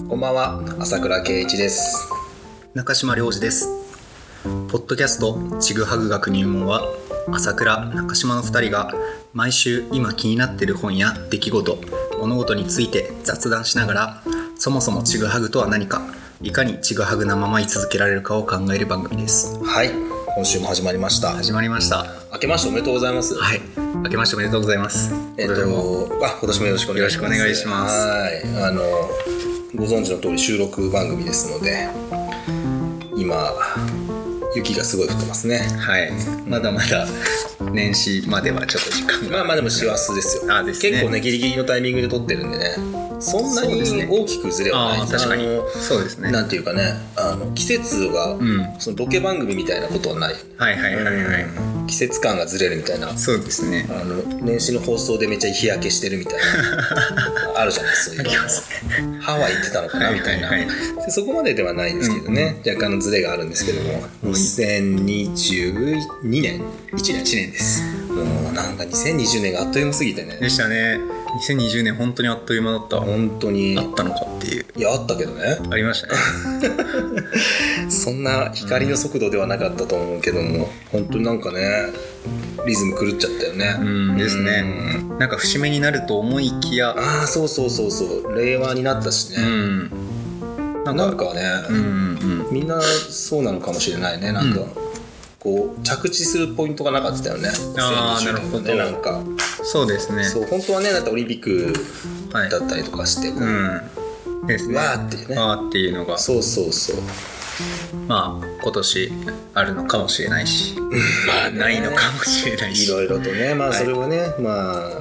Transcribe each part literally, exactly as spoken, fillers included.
こんばんは、朝倉圭一です。 中島良二です。ポッドキャストちぐはぐ学入門は、朝倉中島のふたりが毎週今気になっている本や出来事、物事について雑談しながら、そもそもちぐはぐとは何か、いかにちぐはぐなまま居続けられるかを考える番組です。 はい、今週も始まりました始まりました明けましておめでとうございます。 はい、明けましておめでとうございます。 えっとあ今年もよろしくお願いします。 よろしくお願いします。 はい、あのご存知の通り収録番組ですので、今雪がすごい降ってますね。 はい、まだまだ年始まではちょっと時間がまあまあでも師走ですよ。 あですね、 結構ねギリギリのタイミングで撮ってるんでね、そんなに大きくずれはない。 あ確かにそうですね。 なんていうかね、あの季節が、うん、そのロケ番組みたいなことはない。 はいはいはいはい、うん、 季節感がずれるみたいな。 そうですね。 あの年始の放送でめっちゃ日焼けしてるみたいなあるじゃないですか。そういうのハワイ行ってたのかなみたいな、はいはいはい、そこまでではないですけどね、うん、若干のずれがあるんですけども、にせんにじゅうにねんいちねんいちねんです。もうなんかにせんにじゅうねんがあっという間すぎてね。 でしたね。にせんにじゅうねん本当にあっという間だった。 本当にあったのかっていう。 いやあったけどね。 ありましたねそんな光の速度ではなかったと思うけども、うん、本当になんかねリズム狂っちゃったよね。 うんですね、うん、なんか節目になると思いきや、 ああそうそうそうそう、令和になったしね、うん、なんか、なんかね、うんうんうん、みんなそうなのかもしれないね。なんか、うん、こう着地するポイントがなかったよね。 ああなるほど。 なんかそうですね。 そう本当はね、だってオリンピックだったりとかして、はい、 うんですね、 わーっていうね、 わーっていうのがそうそうそう、 まあ今年あるのかもしれないしまあ、ね、 ないのかもしれないし、 いろいろとね、まあそれはね、はい、まあ、うん、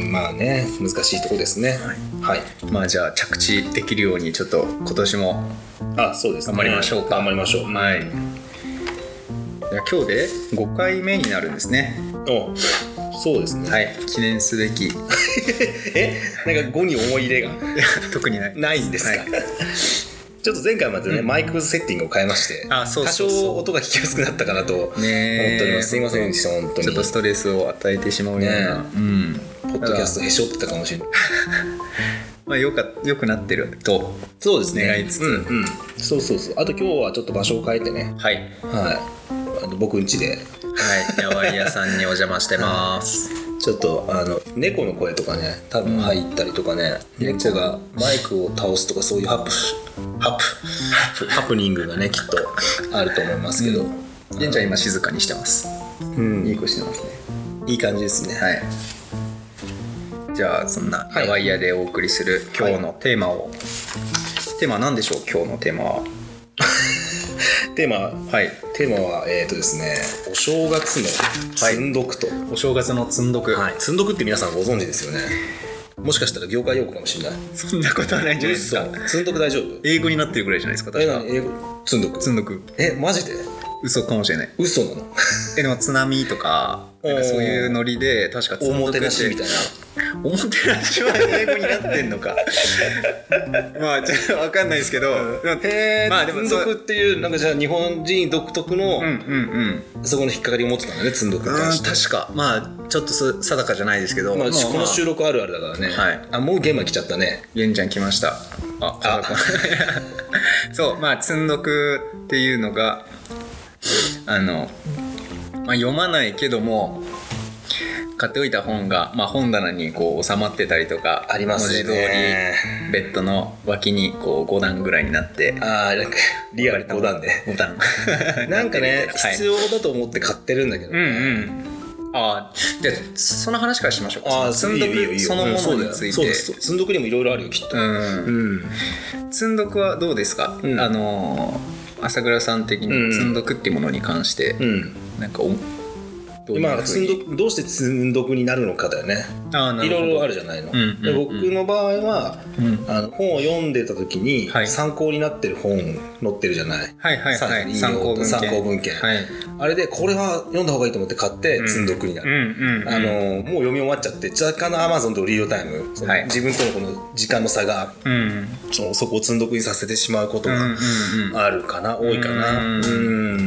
まあね難しいとこですね。はい、はい、 まあじゃあ着地できるようにちょっと今年もあそうです、ね、 頑張りましょうか。 頑張りましょう。 はい。じゃあ今日でごかいめになるんですね。 おそうですね。 はい、記念すべきえなんかごに思い入れが特にないないんですか、はい、ちょっと前回までね、うん、マイクセッティングを変えまして、あそうそうそう、多少音が聞きやすくなったかなと思っております。すいませんでした本当に。 ちょっとストレスを与えてしまうような、ね、 うん、ポッドキャストへしょってたかもしれないまあよか良くなってるとそうですね、 願いつつ、うんうん、 そうそうそう。あと今日はちょっと場所を変えてね、 はいはい、あの僕ん家ではい、やわい屋さんにお邪魔してますちょっとあの猫の声とかね多分入ったりとかね、うん、猫がマイクを倒すとかそういうハプハプハプニングがねきっとあると思いますけど、うん、 玄ちゃん今静かにしてます、うん、いい子してますね。 いい感じですね。 はい。じゃあそんなやわい屋でお送りする今日のテーマを、はい、テーマは何でしょう。今日のテーマはテーマ、はい、テーマはえーとですね、お正月の積んどくと、はい、 お正月の積んどく、 はい、積んどくって皆さんご存知ですよね。もしかしたら業界用語かもしれない。 そんなことはないんじゃないですか。 積んどく大丈夫？ 英語になってるぐらいじゃないですか。 確か英語積んどく積んどくえマジで？ 嘘かもしれない。 嘘なの？ えでも津波とかなんかそういうノリで確か積んどくって、 おもてなしみたいな。 おもてなしは英語になってんのかまあちょっと分かんないですけど、 へえ、まあでも積んどくっていうなんかじゃあ日本人独特の、うんうんうん、そこの引っかかりを持ってたんだね、積んどくに関して。 確かまあちょっと定かじゃないですけど、 まあ、 まあ、 この収録あるあるだからね、はい、あもう現場来ちゃったね。 玄ちゃん来ました。ああそうまあ積んどくっていうのがあの、まあ、読まないけども買っておいた本が、まあ、本棚にこう収まってたりとかありますね。 文字通りベッドの脇にこうご段ぐらいになって、 ああなんかリアルご段でご段なんかね必要だと思って買ってるんだけど、ね、うんうんあでその話からしましょうか。 あ積んどくそのものについて、 そうです積んどくにもいろいろあるよきっと、うんうん、積んどくはどうですか、うん、あの朝倉さん的に積んどくっていうものに関して、うん、なんかお今積んどくどうして積んどくになるのかだよね。いろいろあるじゃないの、うんうんうん、で僕の場合は、うん、あの本を読んでた時に参考になってる本載ってるじゃない、 はいはいはい、 参考文献、参考文献、はい、あれでこれは読んだ方がいいと思って買って積んどくになる、うんうんうん、あのもう読み終わっちゃって若干の Amazon とリードタイム、はい、自分とのこの時間の差が、うん、そ, そこを積んどくにさせてしまうことがあるかな、うんうんうん、多いかな、うんうん、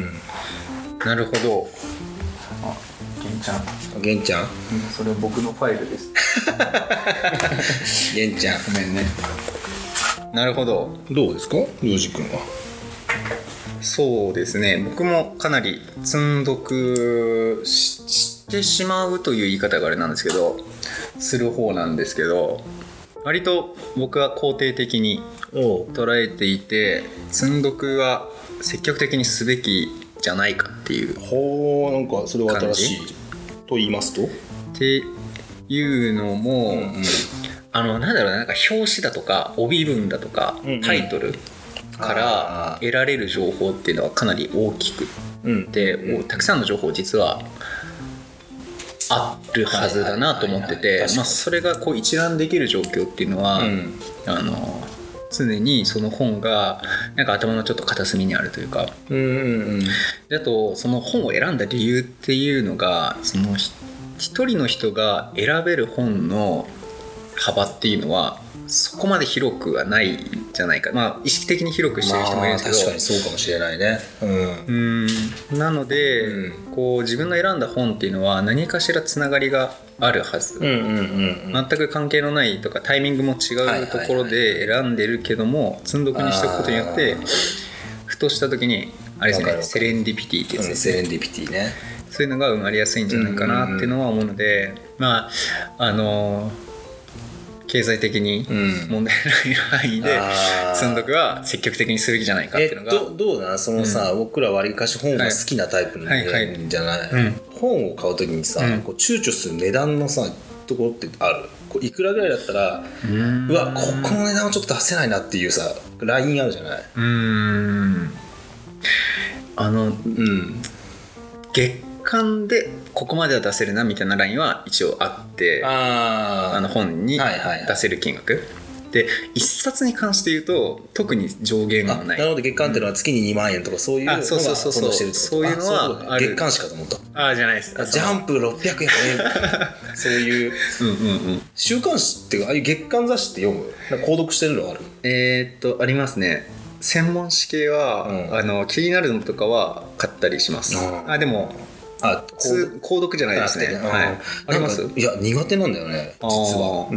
なるほど。玄ちゃん玄ちゃん、 それは僕のファイルです玄ちゃんごめんね。 なるほど。 どうですか、ヨウジ君は。 そうですね、僕もかなり積読 し, してしまうという言い方があれなんですけど、する方なんですけど、割と僕は肯定的に捉えていて、積読は積極的にすべきじゃないかっていう感じ。 ほう、なんかそれは新しいと言いますとっていうのも、うんうん、あのなんだろう、なんか表紙だとか帯文だとか、うんうん、タイトルから得られる情報っていうのはかなり大きくて、うん、たくさんの情報実はあるはずだなと思ってて、まあそれがこう一覧できる状況っていうのは、うん、あの常にその本がなんか頭のちょっと片隅にあるというか、うんうんうん、であとその本を選んだ理由っていうのが、その一人の人が選べる本の幅っていうのはそこまで広くはないんじゃないか、まあ、意識的に広くしてる人もいるんですけど、まあ、 確かにそうかもしれないね、うん、 うんなので、うん、こう自分の選んだ本っていうのは何かしらつながりがあるはず、うんうんうんうん、全く関係のないとかタイミングも違うところで選んでるけども、積読にしておくことによってふとした時にあれですね、セレンディピティってやつですね、 うん、セレンディピティね、 そういうのが生まれやすいんじゃないかなっていうのは思うので、まああの経済的に問題ない範囲で積読は積極的にするべきじゃないかっていうのが、 えっと、どうだそのさ、うん、僕らわりかし本が好きなタイプなんじゃない、はいはいはい、本を買うときにさ、うん、こう躊躇する値段のさところってある？こういくらぐらいだったら う, うわここの値段はちょっと出せないなっていうさラインあるじゃない？ うーんあの、うん、月間でここまでは出せるなみたいなラインは一応あって、ああの本に出せる金額、はいはいはい、で一冊に関して言うと特に上限がない。 なるほど、月間っていうのは月ににまんえんとかそういうのがそうそうそうそう、そういうのはある。 月間しかと思った。 ああじゃないです。 ジャンプろっぴゃくえんそういううんうん、うん、週刊誌っていうかああいう月刊雑誌って読む？なんか購読してるのある？ えー、っとありますね。専門誌系は、うん、あの気になるのとかは買ったりします。ああでもあ購読じゃないですね。あ、はい、あります？ いや苦手なんだよね実は。うん、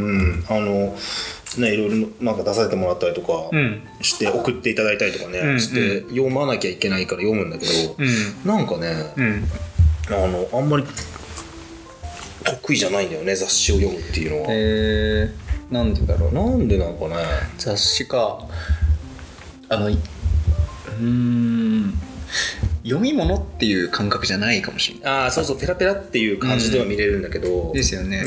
あのねいろいろなんか出させてもらったりとかして送っていただいたりとかね、うん、して読まなきゃいけないから読むんだけど、うん、なんかね、うん、あのあんまり得意じゃないんだよね雑誌を読むっていうのは。 へー、なんでだろう。 なんでなのかね。 雑誌か。あのうーん読み物っていう感覚じゃないかもしれない。 ああそうそう、ペラペラっていう感じでは見れるんだけど、 うん、ですよね、うん、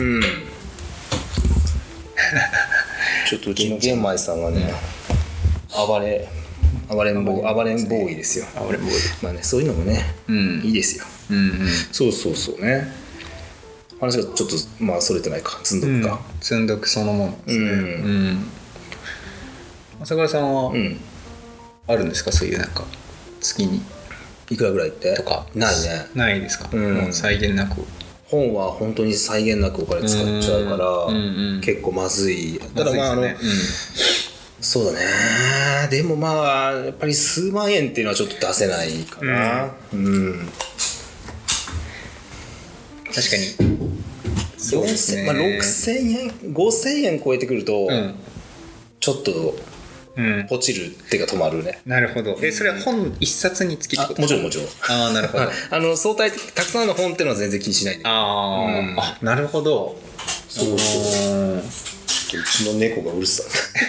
ちょっとうちの玄米さんはね、うん、暴れ暴れん坊暴れん坊いですよ。 暴れん坊い、 まあね、そういうのもね、うん、いいですよ、うんうん、そうそうそうね。話がちょっとまあそれてないか、積んどくか、 うん、積んどくそのものですね。うんうん、朝倉さんは、うん、あるんですか、そういうなんか月にいくらぐらいってとか。 ないね。 ないですか、うん、もう際限なく。 本は本当に際限なくお金使っちゃうから、うんうん、結構まずい。ただまああの、うん、そうだね。でもまあやっぱり数万円っていうのはちょっと出せないかな、うんうん、 確かにそうですね。まあ、ろくせんえんごせんえん超えてくると、うん、ちょっとうん、ポチるっていうか止まるね。 なるほど。えそれは本一冊につきってこと？ もちろんもちろん。 ああなるほど。 あの相対的たくさんの本っていうのは全然気にしないで。 あ、うん、あなるほど。 そうそう。うちの猫がうるさ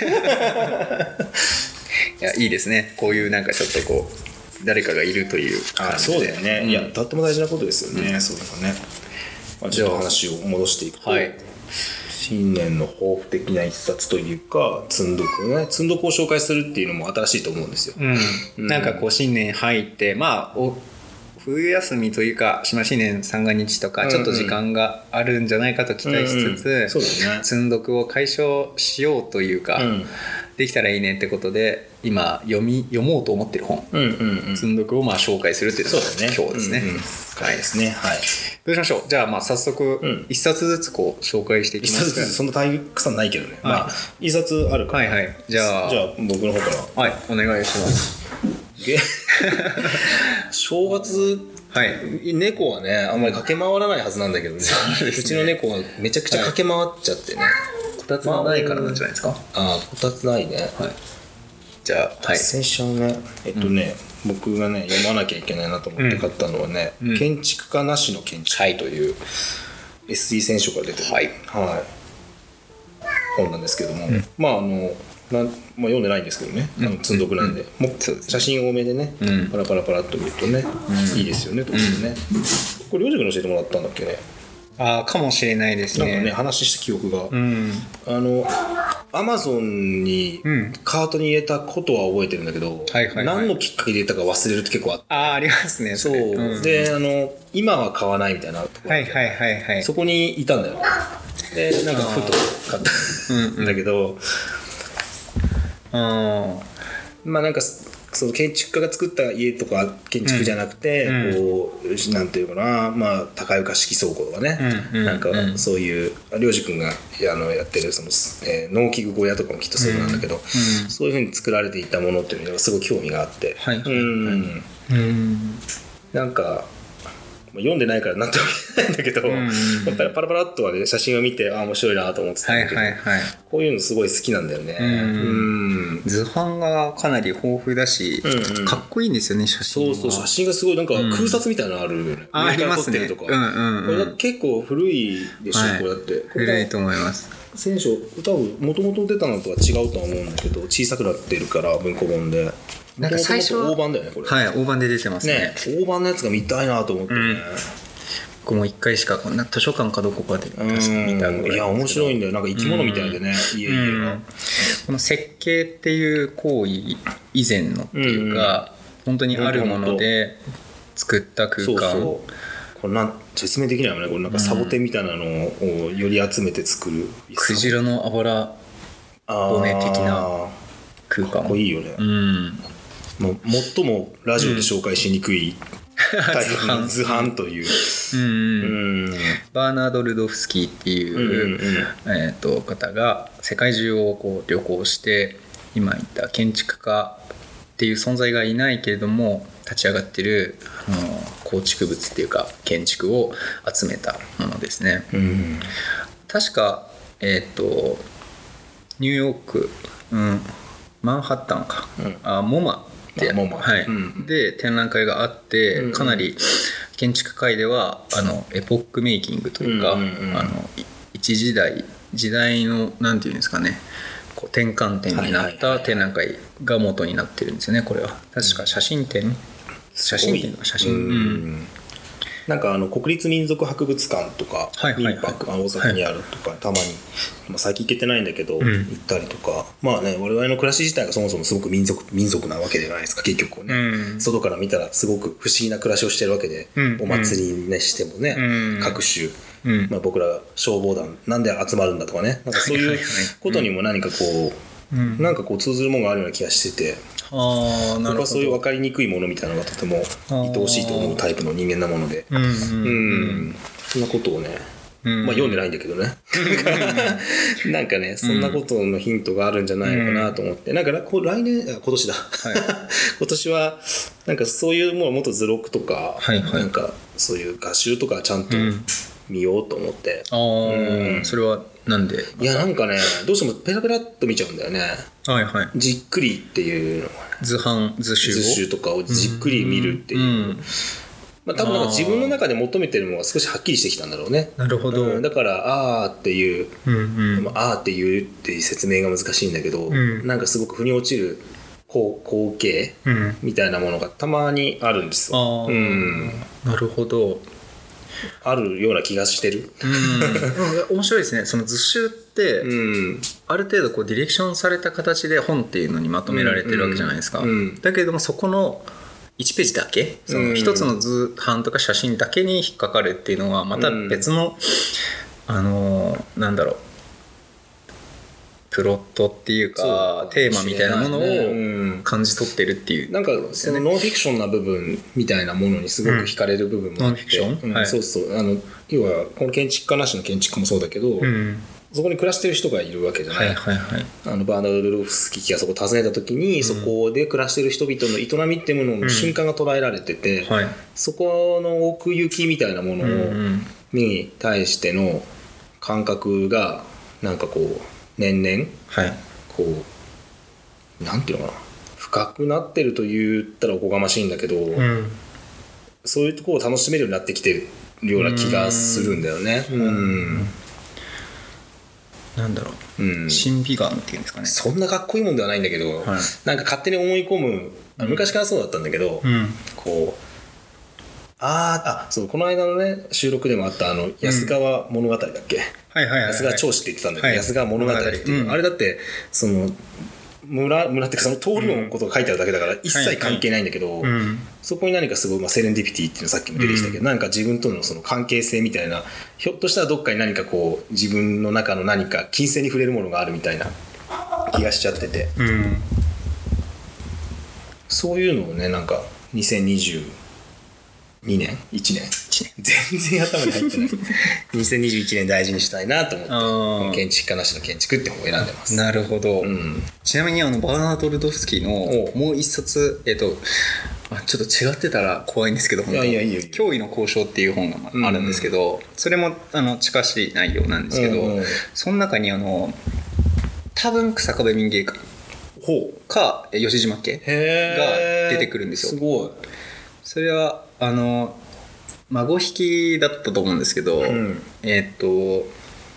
い。いやいいですね。こういうなんかちょっとこう誰かがいるという感じで。あそうだよね。うん、いやとっても大事なことですよね。うん、そうだね。まあ、ちょっと話を戻していくと。はい。新年の抱負的な一冊というか積んどくね、積んどくを紹介するっていうのも新しいと思うんですよ、うんうん、なんかこう新年入ってまあお冬休みというか新年三が日とかちょっと時間があるんじゃないかと期待しつつ、うんうん、そうだね、積んどくを解消しようというか、うん、できたらいいねってことで今読み読もうと思ってる本、うんうんうん、積んどくをまあ紹介するっていうのが今日ですね、うんうん、 はいですね、はい。 どうしましょう。じゃあまあ早速一冊ずつこう紹介していきます。 一冊ずつそんな大くさんないけどね、はい、まあ一冊あるから、 はいはい、じゃあじゃあ僕の方からはいお願いします。 正月、はい、猫はねあんまり駆け回らないはずなんだけどね、うちの猫がめちゃくちゃ駆け回っちゃってね、はたつがないからなんじゃないですか。 ああ、こたつないね。 はい。じゃあ、はい。 先週ね、えっとね、うん、僕がね読まなきゃいけないなと思って買ったのはね、うん、建築家なしの建築という エスイー 選書から出てる、はいはい、本なんですけども、うん、まああのなん、まあ、読んでないんですけどね、うん、あの積んどくなんで、うん、もう写真多めでね、うん、パラパラパラっと見るとね、うん、いいですよね、とてもね、うん、これりょうじ君に教えてもらったんだっけね。 あかもしれないですね。 なんかね話した記憶が、うん、あのアマゾンにカートに入れたことは覚えてるんだけど、うんはいはいはい、何のきっかけで入れたか忘れると結構あって、 あありますねそれ。そう、うん、であの今は買わないみたいなところで、 はいはいはいはい、 そこにいたんだよ。でなんかふと買ったんだけど、あまあなんかその建築家が作った家とか建築じゃなくて、うん、こうなんていうかな、まあ高床式倉庫とかね、うん、なんかそういうりょうじ君があのやってるその、えー、農機具小屋とかもきっとそうなんだけど、うん、そういう風に作られていたものっていうのがすごい興味があって、はいはいはい、うんうんなんか読んでないからなんとも言えないんだけど、うんうんうん、パラパラパラっとはね写真を見てあ面白いなと思ってたんだけど、はいはいはい、こういうのすごい好きなんだよね。うんうん図版がかなり豊富だし、うんうん、かっこいいんですよね写真は。 そうそう写真がすごいなんか空撮みたいなのあるよね、うん、 あありますね。 とか、うんうんうん、これ結構古いでしょ、はい、これだってこれ古いと思います。 選書多分もともと出たのとは違うとは思うんだけど小さくなってるから文庫本でなんか最初は大判だよねこれ。 はい大判で出てます ね, ね大判のやつが見たいなと思ってね、うん僕もいっかいしかこんな図書館かどこかで確か見たぐらい。 いや面白いんだよなんか生き物みたいでね、うん、家々がこの設計っていう行為以前のっていうか、うん、本当にあるもので作った空間、そうそうこれなん説明できないよねこれなんかサボテンみたいなのをより集めて作る、うん、 クジラのあばら骨的な空間かっこいいよね、うん、もう最もラジオで紹介しにくい、うんタイプの図版という、うんうん、バーナード・ルドフスキーっていう、うんうんえー、と方が世界中をこう旅行して今言った建築家っていう存在がいないけれども立ち上がってるあの構築物っていうか建築を集めたものですね、うん、確か、えー、とニューヨーク、うん、マンハッタンか、うん、あモマで、はいうん、で展覧会があって、うんうん、かなり建築界ではあのエポックメイキングというか、うんうんうん、あの一時代時代のなんていうんですかねこう転換点になった展覧会が元になってるんですよねこれは確か写真展、うん、写真展写真、うんうんなんかあの国立民族博物館とか、はいはいはい、民泊大阪にあるとか、はい、たまに、まあ、最近行けてないんだけど、うん、行ったりとかまあね我々の暮らし自体がそもそもすごく民族民族なわけじゃないですか結局ね、うん、外から見たらすごく不思議な暮らしをしてるわけで、うん、お祭りに、ね、してもね、うん、各種、うんまあ、僕ら消防団なんで集まるんだとかねなんかそういうことにも何かこう、うん、なんかこう通ずるものがあるような気がしててあ僕はそういう分かりにくいものみたいなのがとても愛おしいと思うタイプの人間なもので、うんうんうんうん、そんなことをね、うんまあ、読んでないんだけどねなんかねそんなことのヒントがあるんじゃないのかなと思って、うん、なんかこう来年あ今年だ、はい、今年はなんかそういうものもっと図録とか、はいはい、なんかそういう画集とかちゃんと見ようと思って、 うん、あそれはなんでいやなんかねどうしてもペラペラっと見ちゃうんだよね、はいはい、じっくりっていうの図版図集を図集とかをじっくり見るっていう、うんうんまあ、多分なんか自分の中で求めてるものが少しはっきりしてきたんだろうね。 なるほど、 うん、だからあーっていう、うんうんまあ、あーっていうっていう説明が難しいんだけど、うん、なんかすごく腑に落ちる光景みたいなものがたまにあるんですよ、 うん、なるほどあるような気がしてる、 うん、面白いですねその図集って、うん、ある程度こうディレクションされた形で本っていうのにまとめられてるわけじゃないですか、うんうん、だけれどもそこのいちページだけその一つの図版とか写真だけに引っかかるっていうのはまた別の、うん、あのなんだろうプロットっていうかテーマみたいなものを感じ取ってるっていう、 なんかそのノンフィクションな部分みたいなものにすごく惹かれる部分もあって、うん、ノンフィクション、うんはい、そうそうあの要はこの建築家なしの建築家もそうだけど、うん、そこに暮らしてる人がいるわけじゃない、はいはいはい、あのバーナード・ルドフスキーがそこを訪ねた時に、うん、そこで暮らしてる人々の営みっていうものの瞬間が捉えられてて、うんはい、そこの奥行きみたいなものを、うん、に対しての感覚がなんかこう年々、 はい、 こうなんていうのかな、深くなってると言ったらおこがましいんだけど、うん、そういうところを楽しめるようになってきてるような気がするんだよね。うん、うん、 なんだろう、うん、審美眼っていうんですかね。 そんなかっこいいもんではないんだけど、はい、なんか勝手に思い込む、昔からそうだったんだけど、うん、こうああそうこの間のね収録でもあったあの安川物語だっけ、うんはいはいはいはい、安川長子って言ってたんだけど、はい、安川物語っていう、うん、あれだってその村, 村っていうかその通りのことが書いてあるだけだから一切関係ないんだけど、はいはい、うん、そこに何かすごい、まあ、セレンディピティっていうのさっきも出てきたけど、うん、何か自分とのその関係性みたいな、ひょっとしたらどっかに何かこう自分の中の何か金銭に触れるものがあるみたいな気がしちゃってて、うん、そういうのをねなんかにせんにじゅうにねんいちねん全然頭に入ってないにせんにじゅういちねん大事にしたいなと思ってこの建築家なしの建築って本を選んでます。 なるほど、うん、ちなみにあのバーナード・ルドフスキーのもう一冊、えーと、あちょっと違ってたら怖いんですけど、本当いやいやいやいや脅威の交渉っていう本があるんですけど、うんうん、それもあの近しい内容なんですけど、うんうん、その中にあの多分日下部民芸館か吉島家が出てくるんですよ。 すごい。 それはあの孫引きだったと思うんですけど、うん、えっと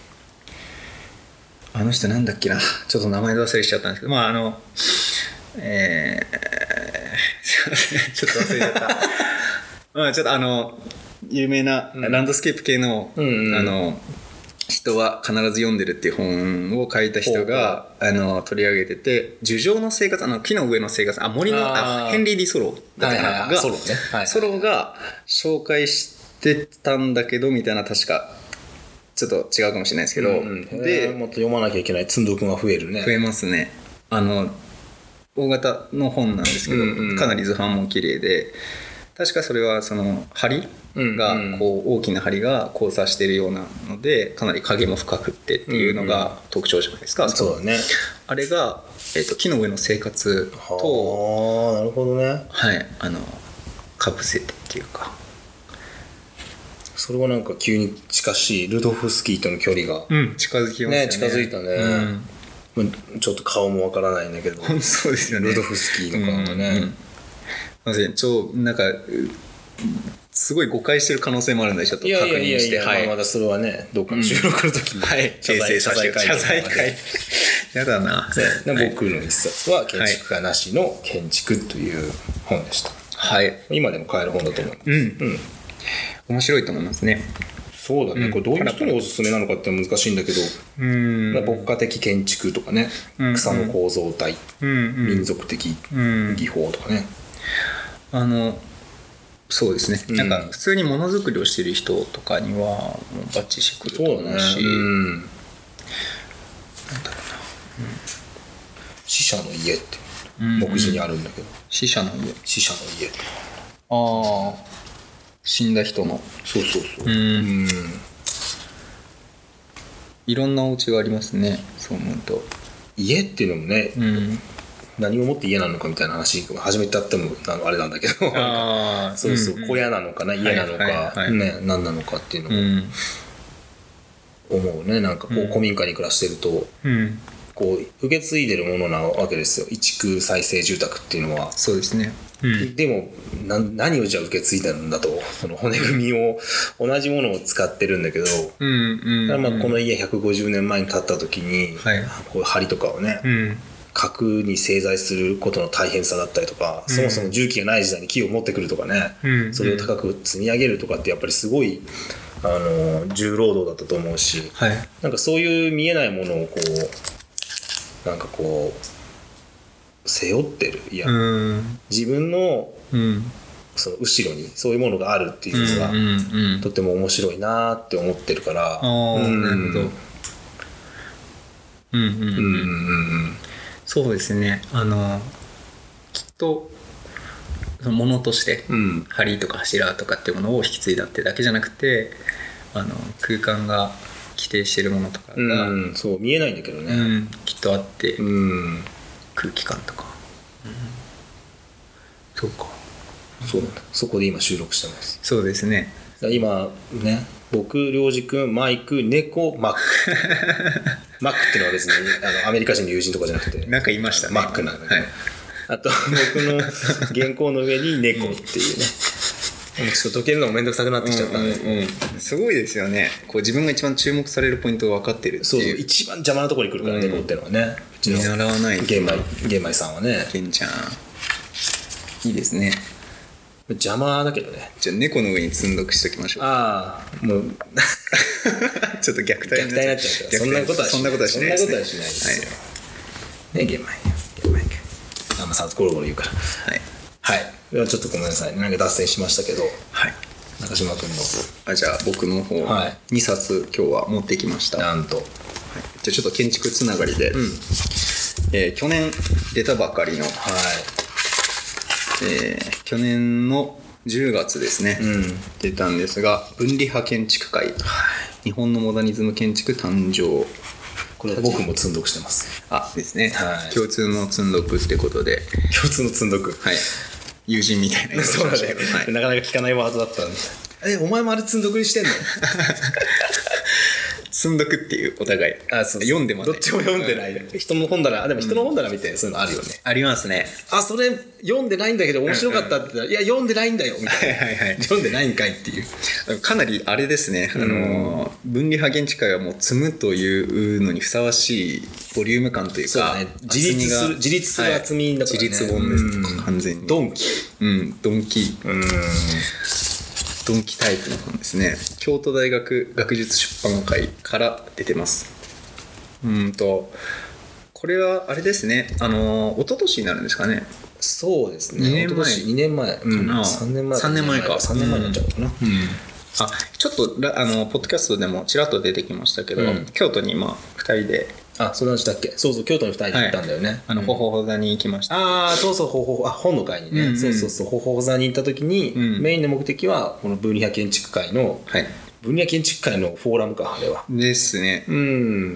あの人なんだっけな、ちょっと名前忘れしちゃったんですけど、まああのえー、すいませんちょっと忘れちゃったまあちょっとあの有名なランドスケープ系の、うんうん、あの人は必ず読んでるっていう本を書いた人があの取り上げてて、樹上の生活、あの木の上の生活、あ森のあヘンリー・ディ・ソローだったかな、はいはいはい、がソロ、ねはいはい、ソロが紹介してたんだけどみたいな、確かちょっと違うかもしれないですけど、うんうん、 でもっと読まなきゃいけない積んどくが増えるね。 増えますね。あの大型の本なんですけど、うんうん、かなり図版も綺麗で、確かそれはその梁がこう大きな梁が交差しているようなので、かなり影も深くってっていうのが特徴じゃないですか。 そうだね。 あれが、えーと、木の上の生活と、 はあ、なるほどね。 はい、あのかぶせてっていうか、 それはなんか急に近しいルドフスキーとの距離が、 うん、近づきますよね。 ね、近づいたね。うん、ちょっと顔もわからないんだけど、 そうですよね。 ルドフスキーの顔がね。うんうん超なんかすごい誤解してる可能性もあるのでちょっと確認して、いやいやいやいや、 はい、まあ、まだそれはねどっかの収録の時に、うん、はい、 謝罪謝罪会謝罪会やだな。 僕の一冊は建築家なしの建築という本でした。 はい、 今でも買える本だと思います。うん、うん、 面白いと思いますね。 そうだね、うん、これどういう人におすすめなのかって難しいんだけど、うん、牧歌的建築とかね、うん、草の構造体、うん、民族的技法とかね、 あのそうですね、うん、なんか普通にものづくりをしてる人とかにはもうバッチリしてくると思うし、そうだね、うん、なんだろうな、うん、 死者の家って目次にあるんだけど、うんうん、 死者の家死者の家ってああ死んだ人のそうそうそう、うんうん、いろんなお家がありますね。そう思うと家っていうのもね、うん何をもって家なのかみたいな話始めちゃってもあれなんだけどあそうそう、うんうん、小屋なのかな家なのか、はいはいはい、ね、何なのかっていうのを思うね。なんかこう古民家に暮らしてると、うん、こう受け継いでるものなわけですよ、移築再生住宅っていうのは。 そうですね、うん、 でもな何をじゃあ受け継いだんだと、その骨組みを同じものを使ってるんだけど、うんうんうん、だからまあこの家ひゃくごじゅうねんまえに建った時に、はい、こういう梁とかをね、うん核に製材することの大変さだったりとか、うん、そもそも重機がない時代に木を持ってくるとかね、うん、それを高く積み上げるとかってやっぱりすごいあの重労働だったと思うし、はい、なんかそういう見えないものをこうなんかこう背負ってる、いや、うん、自分の、うん、その後ろにそういうものがあるっていうのが、うんうんうん、とっても面白いなって思ってるから、 うん、なるほど、うんうんうんうんうんそうですね、あのきっとそのものとして梁とか柱とかっていうものを引き継いだってだけじゃなくて、あの空間が規定してるものとかが、 うん、そう見えないんだけどね、 うん、きっとあって、うん、空気感とか、うん、そうかそうなんだ、そこで今収録してます。 そうですね、 今ね、僕、領事君、マイク、猫、マックマックっていうのは別にあのアメリカ人の友人とかじゃなくてなんかいましたね、 マックなんだけど、はい、あと僕の原稿の上に猫っていうね、うん、もうちょっと解けるのもめんどくさくなってきちゃったんで、うんうんうん、すごいですよね。こう自分が一番注目されるポイントが分かってるっていう。 そうそう、一番邪魔なところに来るから、うん、猫っていうのはね、うちの見習わない玄米玄米さんはね、 玄ちゃんいいですね。 邪魔だけどね。 じゃあ猫の上に積んどくしときましょう。 ああ、もうちょっと虐待になっちゃう。そんなことはしない。 そんなことはしないですね。 そんなことはしないですよ。はい、ね、玄米玄米あんまさゴロゴロ言うから。はいはい。ちょっとごめんなさい。なんか脱線しましたけど。はい。中島君の。 あ、じゃあ僕の方、はい、にさつ今日は持ってきました。 なんと。はい、 じゃあちょっと建築つながりで、うん、えー、去年出たばかりの。はい。えー、去年のじゅうがつですね、うん、出たんですが、分離派建築会、はい、日本のモダニズム建築誕生。 これは僕も積んどくしてます。 あ、ですね、はい、共通の積んどくってことで。 共通の積んどく、 はい、友人みたいなそうだね、はい、なかなか聞かないワードだったんで、え、お前もあれ積んどくにしてんの積んどくっていうお互い、 あ、そうそう、 読んでもどっちも読んでない、うん、人の本棚、でも人の本棚見てそういうのあるよね、 うん、ありますね。 あ、それ読んでないんだけど面白かったって言ったら、うんうん、いや読んでないんだよみたいな、はいはいはい、読んでないんかいっていう。 かなりあれですね、あの分離派建築会はもう積むというのにふさわしいボリューム感というか、 そうね、自立する自立する厚みだからね、 自立本です、うん、完全にドンキ、 うんドンキ、うん、ドンキタイプの本ですね。京都大学学術出版会から出てます。うんとこれはあれですね、あの一昨年になるんですかね。 そうですね、 にねんまえにねんまえ、うん、さんねんまえさんねんまえかさんねんまえになっちゃうのかな、うんうん、 あ、ちょっとあのポッドキャストでもちらっと出てきましたけど、うん、京都にまあふたりで、 あ、そんな話だっけ。そうそう、京都にふたりで行ったんだよね、はい、 あの、うん、ほほほ座に行きました。 ああ、そうそう、ほほほ、あ、本の会にね、うんうん、そうそうそう、ほほほ座に行った時に、うん、メインの目的はこの分離派建築会の、はい、分離派建築会のフォーラムか、あれはですね。 うん、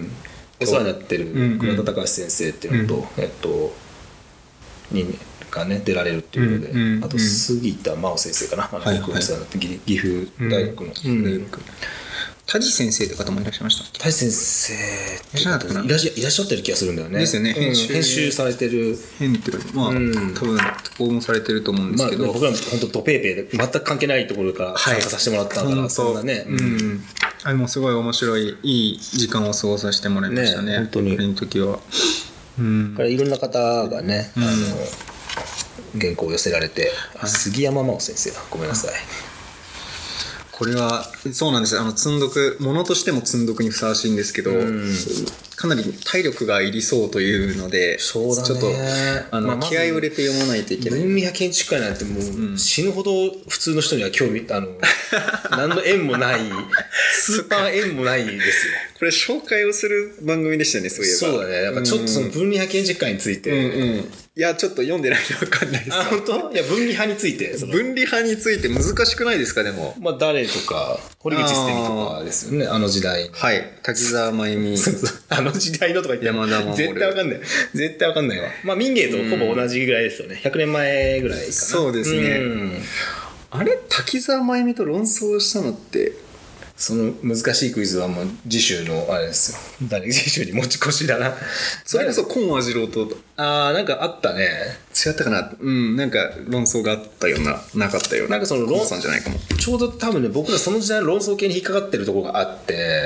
お世話になってる倉田隆先生っていうのと、うんうん、えっとにがね出られるっていうので、うんうん、あと杉田真央先生かな、はいはい、僕お世話になって岐阜大学の、うんうん、 田地先生って方もいらっしゃいましたっけ。 田地先生っていらっしゃいらっしゃってる気がするんだよね。 ですよね、編集、 うん、編集されてる、 編ってまあ、うん、多分訪問されてると思うんですけど、まあ、 僕らも本当ドペーペーで全く関係ないところから参加させてもらったから、はい、そんなね、 うんうん、あれもすごい面白いいい時間を過ごさせてもらいましたね、 ね、本当に。 あの時は、 うん、からいろんな方がね、うん、あの原稿を寄せられて、はい、杉山真央先生だ、ごめんなさい。 これはそうなんです。あの積んどくものとしても積んどくにふさわしいんですけど、うん、かなり体力がいりそうというので、 そうだね、 ちょっとあの、まあ、気合を入れて読まないといけない。 分離派建築会なんてもう死ぬほど普通の人には興味、あの何の縁もないスーパー縁もないですよ。 これ紹介をする番組でしたね、そういえば。 そうだね。なんかちょっとその分離派建築会について、うんうん、 いやちょっと読んでないと分かんないです。 あ、本当？いや分離派について、 その分離派について難しくないですか。でも、 まあ誰とか堀口捨てみとかですよね、あの時代。 はい。滝沢真由美。 あの時代のとか言って山田守絶対分かんない。絶対分かんないわ。まあ民芸とほぼ同じぐらいですよね。ひゃくねんまえぐらいかな。 そうですね。うん、あれ滝沢真由美と論争したのって。 その難しいクイズはもう次週のあれですよ。誰次週に持ち越しだな。 それこそ今和次郎とああなんかあったね。 違ったかな。うんなんか論争があったようななかったような。 なんかその論争じゃないかも。 ちょうど多分ね僕らその時代の論争系に引っかかってるところがあって、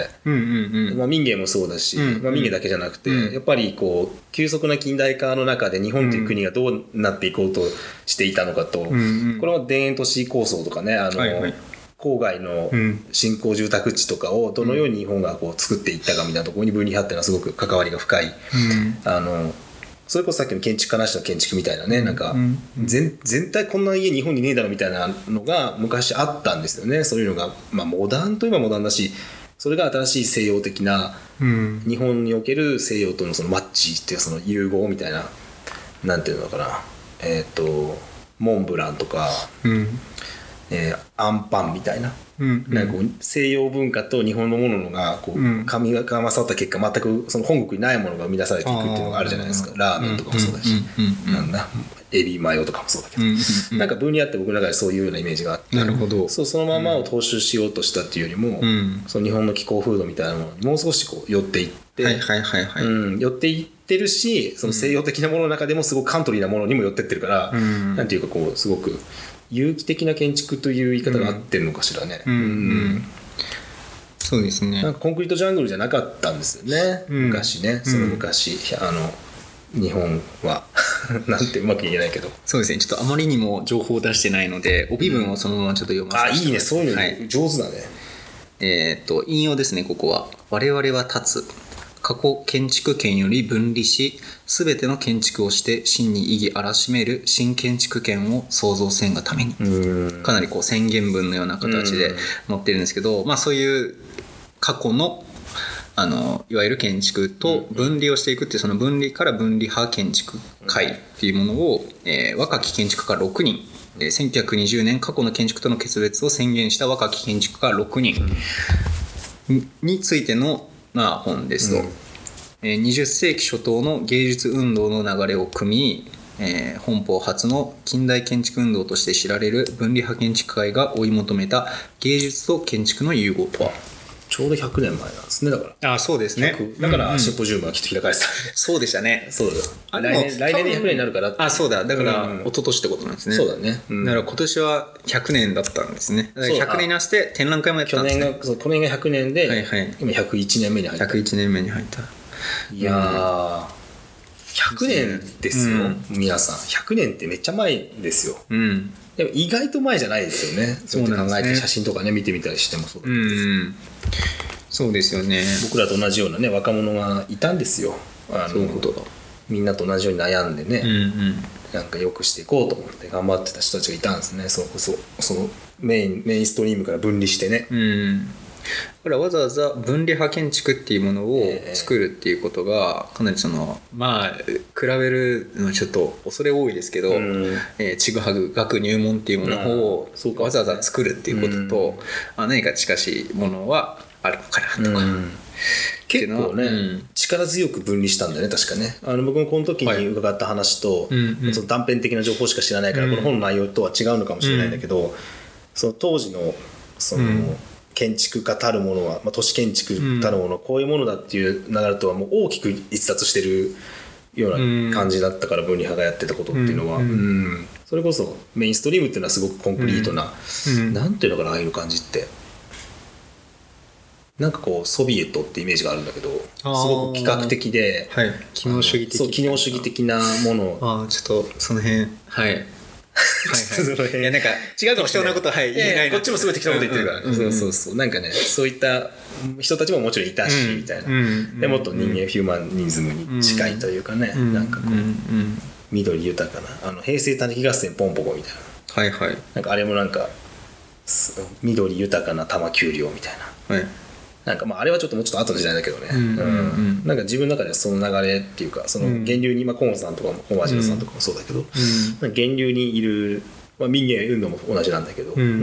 うんうんうんまあ民芸もそうだし、うんうん、まあ民芸だけじゃなくて、うん、やっぱりこう急速な近代化の中で日本という国がどうなっていこうとしていたのかと、うんうん、これは田園都市構想とかねあの。はいはい郊外の新興住宅地とかをどのように日本がこう作っていったかみたいなところに分離派っていうのはすごく関わりが深い、うん、あのそれこそさっきの建築家なしの建築みたいなね、うん、なんか 全, 全体こんな家日本にねえだろみたいなのが昔あったんですよね。そういうのが、まあ、モダンといえばモダンだしそれが新しい西洋的な、うん、日本における西洋とのそのマッチっていうその融合みたいななんていうのかなえっ、ー、とモンブランとか、うんえー、アンパンみたいなうんうん、 なんかこう西洋文化と日本のものがこう、うん、神が合わさった結果全くその本国にないものが生み出されていくっていうのがあるじゃないですか。ラーメンとかもそうだし、うんうんうん、なんだエビマヨとかもそうだけど、うんうんうん、なんか分離あって僕の中でそういうようなイメージがあって、 なるほど、 そうそのままを踏襲しようとしたっていうよりも、うん、その日本の気候風土みたいなものにもう少しこう寄っていって、 はいはいはいはい、 うん、寄っていってるし、その西洋的なものの中でもすごくカントリーなものにも寄ってってるから、うん、なんていうかこうすごく有機的な建築という言い方が合ってるのかしらね、うんうんうん、 そうですね。 なんかコンクリートジャングルじゃなかったんですよね、うん、昔ね、その昔、うん、あの日本はなんてうまく言えないけど、 そうですね、ちょっとあまりにも情報を出してないので帯文をそのままちょっと読ませて、 うん、あいいね、そういうの上手だね、はい、 えー、っと引用ですね。ここは我々は立つ過去建築権より分離し、すべての建築をして真に意義あらしめる新建築権を創造せんがために、かなりこう宣言文のような形で載ってるんですけど、まあ、そういう過去のあのいわゆる建築と分離をしていくっていう、その分離から分離派建築会っていうものを、えー、若き建築家ろくにん、せんきゅうひゃくにじゅうねん過去の建築との決別を宣言した若き建築家ろくにんについてのまあ本ですと、うん、にじゅっせいき初頭の芸術運動の流れを組み、えー、本邦初の近代建築運動として知られる分離派建築会が追い求めた芸術と建築の融合とは。 ちょうどひゃくねんまえなんですね。だからあそうですね、 だからシンポジウムがきっと開かれてた、うんうん、 そうでしたね。 そうだ、来年来年でひゃくねんになるからって。 あそうだ、だから一昨年ってことなんですね。 そうだね、うん、 だから今年はひゃくねんだったんですね。だからひゃくねんに合わせて展覧会もやったんですね。 去年がそう去年がひゃくねんで、 はいはい、 今ひゃくいちねんめに入った。 ひゃくいちねんめに入った。 いやー、うん、ひゃくねんですよ、うん、皆さんひゃくねんってめっちゃ前ですよ、うん、でも意外と前じゃないですよね。そうやって考えて写真とかね見てみたりしてもそうだけど、うん、 そうですよね。 僕らと同じようなね若者がいたんですよ。あのそういうことだ。 みんなと同じように悩んでね、うんうん、なんか良くしていこうと思って頑張ってた人たちがいたんですね。そうそうそのメインメインストリームから分離してね、うん、 だからわざわざ分離派建築っていうものを作るっていうことがかなりそのまあ比べるのはちょっと恐れ多いですけど、うんえー、ちぐはぐ学入門っていうものをわざわざ作るっていうことと、うんあ、何か近しいものはあるのかなとか、うん、 結構ね、うん、力強く分離したんだよね確かね。あの僕もこの時に伺った話と、はいうんうん、その断片的な情報しか知らないから、うん、この本の内容とは違うのかもしれないんだけど、うん、その当時のその、うん建築家たるものは、まあ、都市建築たるもの、うん、こういうものだっていう流れとはもう大きく逸脱してるような感じだったから、うん、分離派がやってたことっていうのは、うんうん、それこそメインストリームっていうのはすごくコンクリートな、うん、なんていうのかなああいう感じってなんかこうソビエトってイメージがあるんだけどすごく企画的で、 はい、機能主義的そう機能主義的なものあちょっとその辺はいはいはい、いやなんか違うかもしれない。 適当なことはい言えない。 こっちもすごい適当なこと言ってるから、うんうん、そうそうそうなんかねそういった人たちももちろんいたし、うん、みたいな、うん、でもっと人間、うん、ヒューマニズムに近いというかね、うん、なんかこう、うん、緑豊かなあの平成たぬき合戦ポンポコみたいな、 はいはい、 なんかあれもなんか緑豊かな玉丘陵みたいな、はい、なんかまああれはちょっともうちょっと後の時代だけどね、うんうんうん、なんか自分の中ではその流れっていうかその源流に、まあ、河野さんとかも本和次郎さんとかもそうだけど、うん、源流にいるまあ、民芸運動も同じなんだけど、うんうん、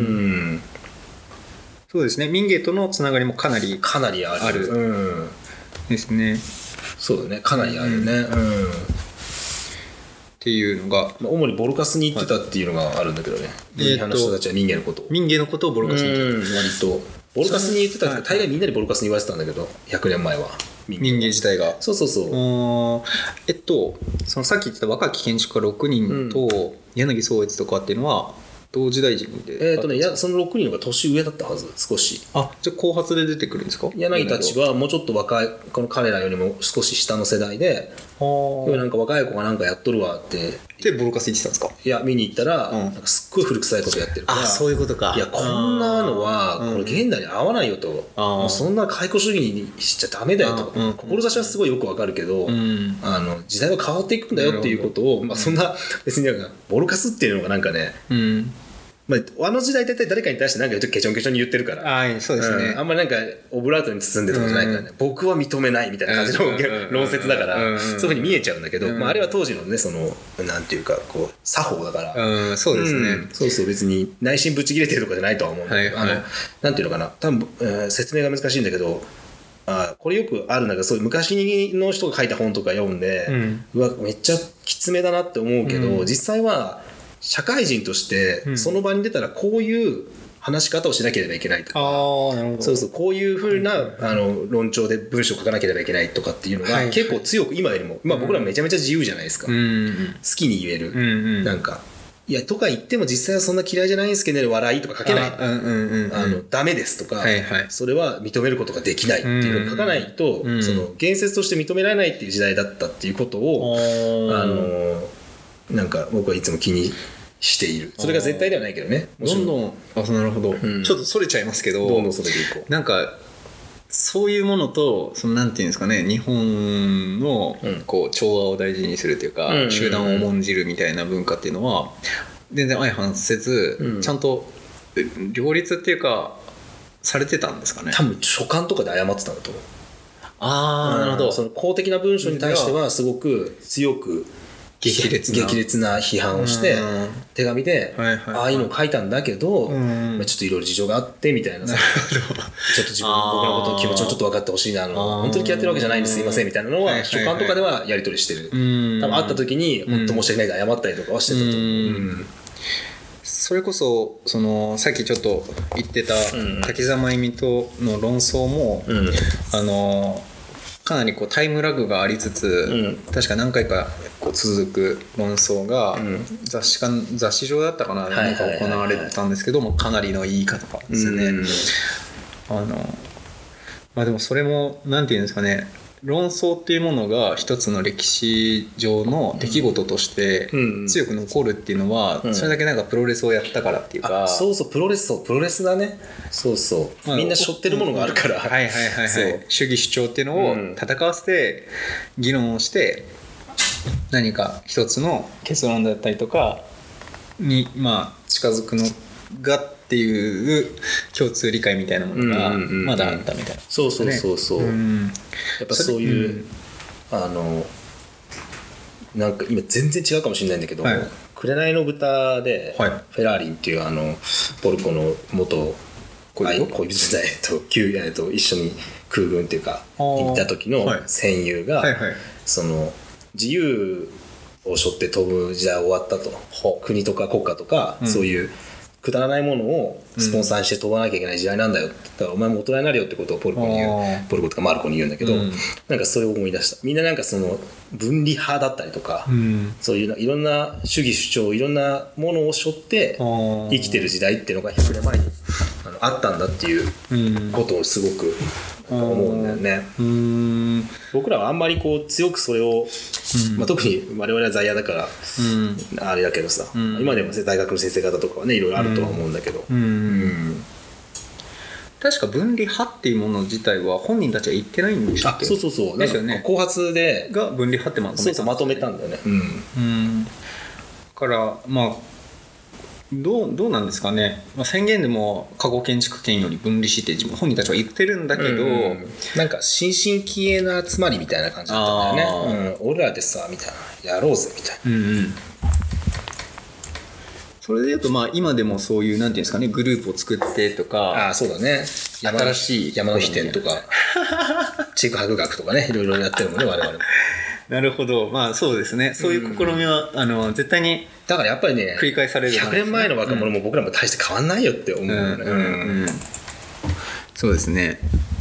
そうですね民芸とのつながりもかなりかなりある、 ある、うん、ですね。 そうだねかなりあるね、うんうん、 っていうのが、 まあ、主にボルカスに言ってたっていうのがあるんだけどね、はい、の人たちは民芸のことを民芸のことをボルカスに言ってた、 うん、割とボルカスに言ってたって大概みんなでボルカスに言われてたんだけどひゃくねんまえは民芸自体がそうそうそうえっとそのさっき言ってた若き建築家ろくにんと、うん柳宗悦とかっていうのは同時代人でえーとね、やそのろくにんが年上だったはず少し。 あじゃあ後発で出てくるんですか。 柳たちはもうちょっと若いこの彼らよりも少し下の世代でなんか若い子がなんかやっとるわってでボロカス行ってたんですか。 いや見に行ったら、うん、なんかすっごい古臭いことやってるからあそういうことか。 いやこんなのはこれ現代に合わないよと、うん、もうそんな解雇主義にしちゃダメだよと、うん、志はすごいよくわかるけど、うん、あの時代は変わっていくんだよっていうことを、まあ、そんな別になんかボロカスっていうのがなんかね、うんまあ、あの時代大体誰かに対して何か言うとケチョンケチョンに言ってるから、 あそうですね、 うん、あんまりなんかオブラートに包んでるとかじゃないからね、うん、僕は認めないみたいな感じの、うん、論説だから、うん、そういうふうに見えちゃうんだけど、うんまあ、あれは当時のねそのなんていうかこう作法だから、 うん、そうですね、うん、 そうそう別に内心ぶち切れてるとかじゃないとは思うんだけど、はいはい、あのなんていうのかな多分、えー、説明が難しいんだけどあこれよくあるんだけどそういう昔の人が書いた本とか読んで、うん、うわめっちゃきつめだなって思うけど、うん、実際は社会人としてその場に出たらこういう話し方をしなければいけないとか、 あなるほどそうそうこういう風なあの論調で文章を書かなければいけないとかっていうのが結構強く今よりも、まあ、僕らめちゃめちゃ自由じゃないですか、うん、好きに言える、うんうん、なんかいやとか言っても実際はそんな嫌いじゃないんですけどね笑いとか書けない、あ、うんうんうん、あのダメですとか、はいはい、それは認めることができないっていうのを書かないと、うんうん、その言説として認められないっていう時代だったっていうことを、うん、あのなんか僕はいつも気にしている。それが絶対ではないけどね。 どんどんあなるほど、うん、ちょっとそれちゃいますけど、 どんどんそれでいこう。 なんかそういうものとそのなんていうんですかね、日本のこう調和を大事にするというか、うん、集団を重んじるみたいな文化っていうのは全然相反せず、うん、ちゃんと両立っていうかされてたんですかね。 多分書簡とかで謝ってたんだと思う。 ああ、なるほど。 その公的な文書に対してはすごく強く激烈な激烈な批判をして手紙で、はいはいはい、ああいうのを書いたんだけど、まあ、ちょっといろいろ事情があってみたいなさちょっと自分僕のことの気持ちをちょっと分かってほしいな、あの本当に嫌ってるわけじゃないんですいませんみたいなのは書簡とかではやり取りしてる、多分会った時に本当申し訳ないで謝ったりとかはしてたと思う、うんうん、 それこそ、そのさっきちょっと言ってた滝沢真由美との論争も、うん、あのかなりこうタイムラグがありつつ、うん、確か何回かこう続く論争が雑誌か雑誌上だったかな、何か行われてたんですけども、かなりのいい方ですよね、うん、あのまあでもそれもなんていうんですかね、論争っていうものが一つの歴史上の出来事として強く残るっていうのは、うん、それだけなんかプロレスをやったからっていうか、 そうそうプロレスそうプロレスだね、そうそう、まあ、みんな背負ってるものがあるから、 はいはいはいはい、主義主張っていうのを戦わせて議論をして何か一つの結論だったりとかにまあ近づくのがっていう共通理解みたいなものがまだあったみたいな、ね、 そうそうそうそう、うん、やっぱそういう、うん、あのなんか今全然違うかもしれないんだけど、はい、紅の豚で、はい、フェラーリンっていうあのポルコの元恋人恋人じゃないと旧えっと一緒に空軍っていうか行った時の戦友が、はいはいはい、その自由を背負って飛ぶ時代終わったと、国とか国家とか、うん、そういうくだらないものをスポンサーにして飛ばなきゃいけない時代なんだよって言ったら、うん、お前も大人になるよってことをポルコに言う、ポルコとかマルコに言うんだけど、うん、なんかそれを思い出した。みんななんかその分離派だったりとか、うん、そういういろんな主義主張いろんなものを背負って生きてる時代っていうのがひゃくねんまえにあのあったんだっていうことをすごく思うんだよね、うん、僕らはあんまりこう強くそれを、うんまあ、特に我々は在野だから、うん、あれだけどさ、うん、今でも大学の先生方とかはねいろいろあるとは思うんだけど、うんうんうん、 確か分離派っていうもの自体は本人たちは言ってないんでしたっけ。 あそうそうそうですよね、後発でが分離派ってまとめたんです、ね、そうそうまとめたんだよね、うんうん、だからまあどう、どうなんですかね、まあ、宣言でも加護建築権より分離して自分本人たちは言ってるんだけど、うん、 なんか新進気鋭な集まりみたいな感じだったんだよね、うん、俺らでさみたいなやろうぜみたいな、うんうん、 それでいうとまあ今でもそういうなんていうんですかね、グループを作ってとか、 あそうだね、 新しい山の飛天とかちぐはぐ学とかねいろいろやってるもんね我々も。 なるほど、まあそうですね、そういう試みは、うん、あの絶対にだからやっぱりね繰り返される、ね、 ひゃくねんまえの若者も僕らも大して変わんないよって思うよね、うんうんうん、 そうですね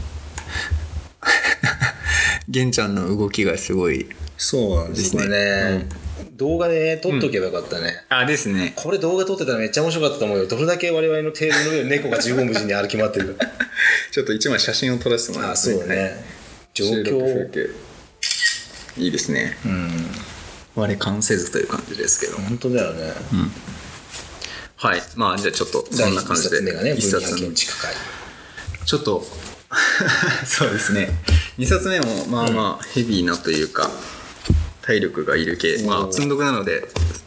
玄ちゃんの動きがすごいそうなんですね、ね、うん、動画で撮っとけばよかったね、 うん、あですね、 これ動画撮ってたらめっちゃ面白かったと思うよ。どれだけ我々のテーブルの上で猫が縦横無尽に歩き回ってるかちょっと一枚写真を撮らせてもらいます、 ね、あそうね、状況いいですね、うん、我関せずという感じですけど、 本当だよね、うん、 はい、まあじゃあちょっとそんな感じでいっさつめがね、分離派建築会ちょっとそうですね、にさつめもまあまあヘビーなというか、うん、体力がいる系、まあ積んどくなので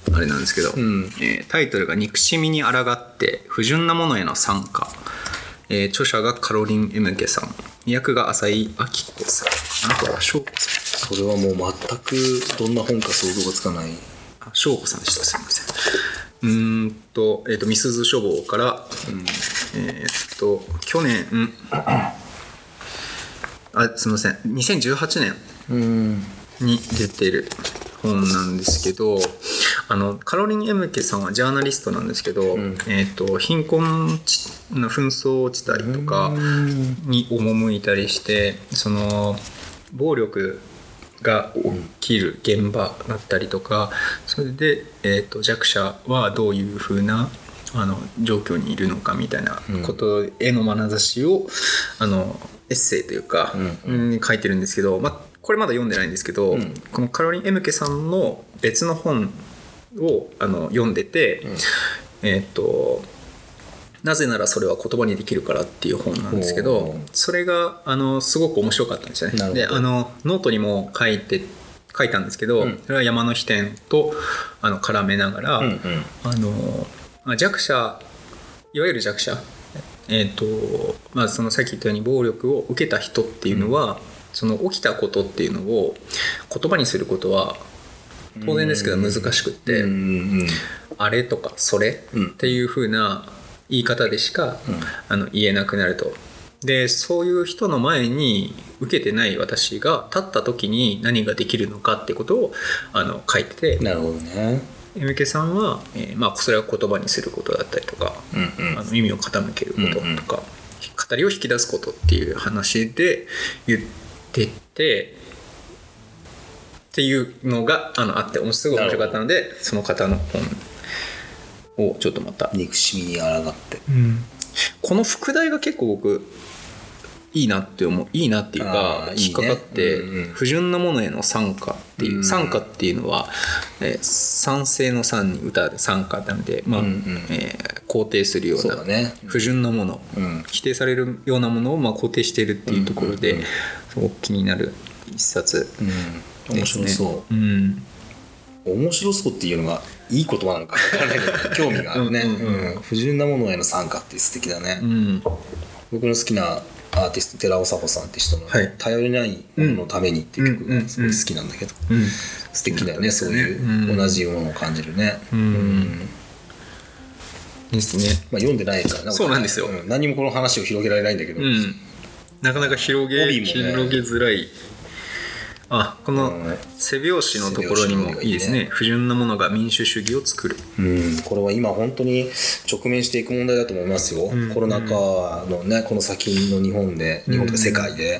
あれなんですけど、 うんえータイトルが憎しみに抗って不純なものへの賛歌、えー著者がカロリン・エムケさん、訳が浅井明子さん、あとは翔子さん、 それはもう全くどんな本か想像がつかない。 あ翔子さんでした、すみません。うーんと、えーと、みすず書房から、うんえー、っと去年、うん、あすみませんにせんじゅうはちねんうんに出てる本なんですけど、あのカロリン・エムケさんはジャーナリストなんですけど、 うんえー、と貧困地の紛争地帯とかに赴いたりして、その暴力が起きる現場だったりとか、それで、えー、と弱者はどういうふうなあの状況にいるのかみたいなことへの眼差しをあのエッセイというか、 うんうん、書いてるんですけど、まあ、これまだ読んでないんですけど、 うんこのカロリン・エムケさんの別の本をあの読んでて、 うんえー、となぜならそれは言葉にできるからっていう本なんですけど、 おーそれがあのすごく面白かったんですよね。 なるほどであのノートにも書いて書いたんですけど、 うんそれは山の飛天とあの絡めながら、 うんうんあのまあ弱者、いわゆる弱者、えーとまあ、そのさっき言ったように暴力を受けた人っていうのは、うん、その起きたことっていうのを言葉にすることは当然ですけど難しくって、 うんうんうんあれとかそれっていう風な言い方でしか、うん、あの言えなくなると。でそういう人の前に受けてない私が立った時に何ができるのかってことをあの書いてて、 なるほどね。 エムケさんは、えーまあ、それは言葉にすることだったりとか、 うんうん、 あの耳を傾けることとか、うんうん、語りを引き出すことっていう話で言っててっていうのが あ, のあってすごい面白かったので、その方の本をちょっとまた憎しみに抗って、 うん、この副題が結構僕いいなって思ういいなっていうか引っかかって、うんうん、不純なものへの賛歌っていう、うん、賛歌っていうのは、えー、賛成の賛に歌で賛歌なので、まあうんうんえー、肯定するような不純なもの、うん、否定されるようなものをまあ肯定しているっていうところで、うんうんうん、すごく気になる一冊ですね、 うん、面白そう、 うん、 面白そうっていうのがいい言葉なのか分からないけど興味があるね、うんうんうん、不純なものへの賛歌って素敵だね、うん、僕の好きなアーティスト寺尾佐穂さんって人の、はい、頼りないもののためにっていう曲がすごい好きなんだけど、うんうんうん、素敵だよね、そういう同じものを感じるね、うんうん、 ですね、 まあ、読んでないからな、 そうなんですよ、 うん、何もこの話を広げられないんだけど、うん、 なかなか広げ、ね、広げづらい。あ、この背拍子のところにもいいですね、ね、不純なものが民主主義を作る、 うん、これは今本当に直面していく問題だと思いますよ、うん、コロナ禍のねこの先の日本で、日本とか世界で、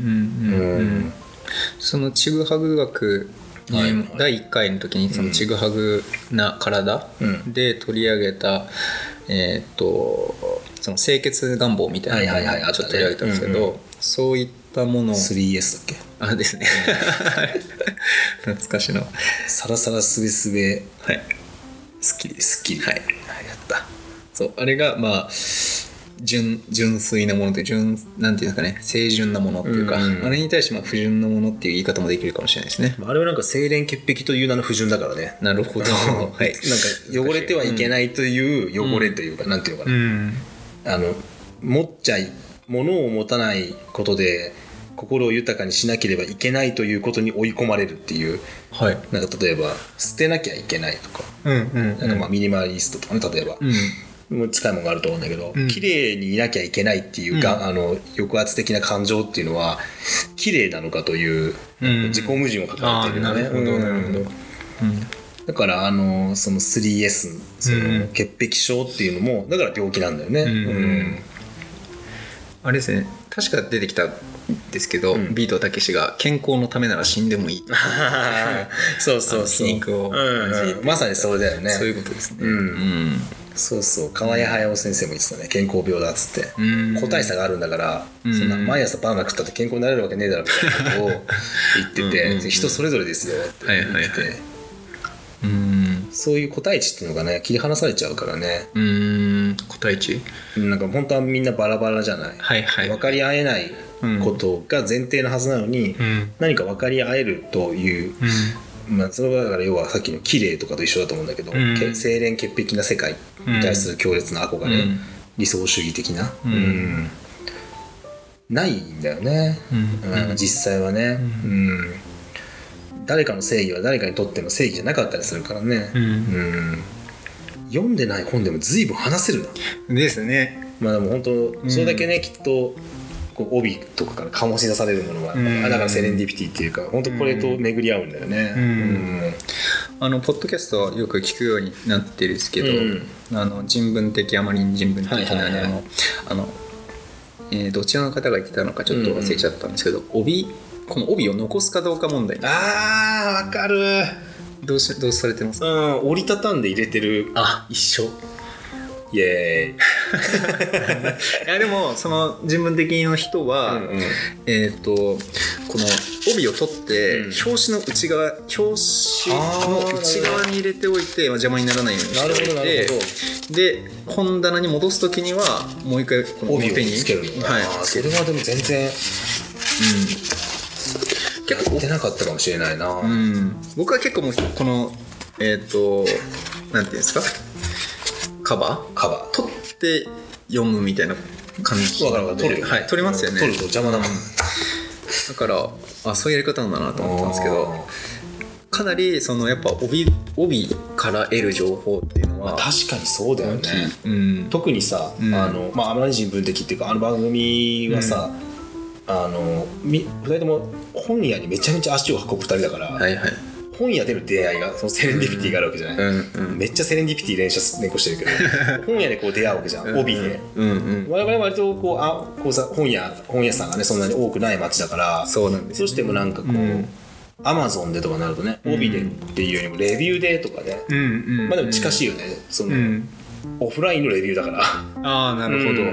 そのちぐはぐ学に、はいはい、だいいっかいの時にそのちぐはぐな体で取り上げた、うん、えー、っとその清潔願望みたいなのをちょっと取り上げたんですけど、そういったものスリーエス だっけ、 あですね懐かしのサラサラスベスベ、 はい、 スッキリスッキリ、 はい、はい、やった。そうあれがまあ 純, 純粋なものという純なんていうんですかね、清純なものっていうか、うんうん、あれに対してまあ不純なものっていう言い方もできるかもしれないですね。 あれはなんか清廉潔癖という名の不純だからね。 なるほどはい、なんか汚れてはいけないという汚れというか、うん、なんていうのかな、うん、あの持っちゃい物を持たないことで心を豊かにしなければいけないということに追い込まれるっていう、はい、なんか例えば捨てなきゃいけないとか、うんうんうん、なんかまあミニマリストとかね、例えば、うん、もう近いものがあると思うんだけど、うん、綺麗にいなきゃいけないっていうが、うん、あの抑圧的な感情っていうのは綺麗なのかという、うん、自己矛盾を抱えているのね。なるほどなるほど、うん、だからあのその スリーエス その潔癖症っていうのもだから病気なんだよね、うんうん、 あれですね、確か出てきたですけど、うん、ビートたけしが健康のためなら死んでもいいそうそうそう、 皮肉を、 うんうん、まさにそれだよね。 そういうことですね、 うんうん、そうそう、河合隼先生も言ってたね、健康病だっつって、うん、個体差があるんだから、うん、そんな毎朝バナナ食ったって健康になれるわけねえだろみたいなことを言っててうんうん、人それぞれですよって言ってて、はいはいはい、うん、そういう個体値っていうのがね切り離されちゃうからね。 うーん、個体値なんか本当はみんなバラバラじゃない、はいはい、分かり合えないことが前提のはずなのに、うん、何か分かり合えるという、 まあ、それはだから要はさっきの綺麗とかと一緒だと思うんだけど、うん、清廉潔癖な世界に対する強烈な憧れ、うん、理想主義的な、うんうん、ないんだよね、うんうん、実際はね、うんうん、誰かの正義は誰かにとっての正義じゃなかったりするからね、うんうん、読んでない本でも随分話せるなですね。 まあでも本当それだけね、うん、きっとこう帯とかから醸し出されるものが、うん、だからセレンディピティっていうか本当これと巡り合うんだよね、うんうん、 あのポッドキャストはよく聞くようになってるんですけど、うん、あの人文的あまりに人文的なね、はいはいはい、あのあの、えー、どちらの方が言ってたのかちょっと忘れちゃったんですけど、うん、帯この帯を残すかどうか問題。 あーわかる。 どうしどうされてますか？ うん、折りたたんで入れてる。 あ、一緒。 イエーイ。いやでもその人文的な人は、うんうん、えっ、ー、とこの帯を取って、うん、表紙の内側表紙の内側に入れておいて、まあ、邪魔にならないようにしておいて、で本棚に戻すときにはもう一回この帯をつけるの、はい、あそれはでも全然、うん、結構やってなかったかもしれないな、うん、 僕は結構もうこのえっ、ー、となんていうんですかカバーカバー取って読むみたいな感じで、 取る、 はい、取りますよね。 取ると邪魔だもん。 だからあそういうやり方なんだなと思ったんですけど、かなりそのやっぱ 帯, 帯から得る情報っていうのは、 まあ、確かにそうだよね、うん、特にさ、うん、あのまああまり人文的っていうかあの番組はさ、うん、あのふたりとも本屋にめちゃめちゃ足を運ぶふたりだから、はいはい、本屋での出会いがそのセレンディピティがあるわけじゃない、うんうん、めっちゃセレンディピティ連写連呼してるけど本屋でこう出会うわけじゃん、帯で、うんうん、我々は割とこうあこうさ本屋本屋さんがねそんなに多くない街だから、 そうなんです、ね、 そしてもなんかこう、うんアマゾンでとかなるとね、帯でっていうよりもレビューでとかね、うんうんうん、まあでも近しいよね、その、うん、オフラインのレビューだから。 ああなるほど、うん、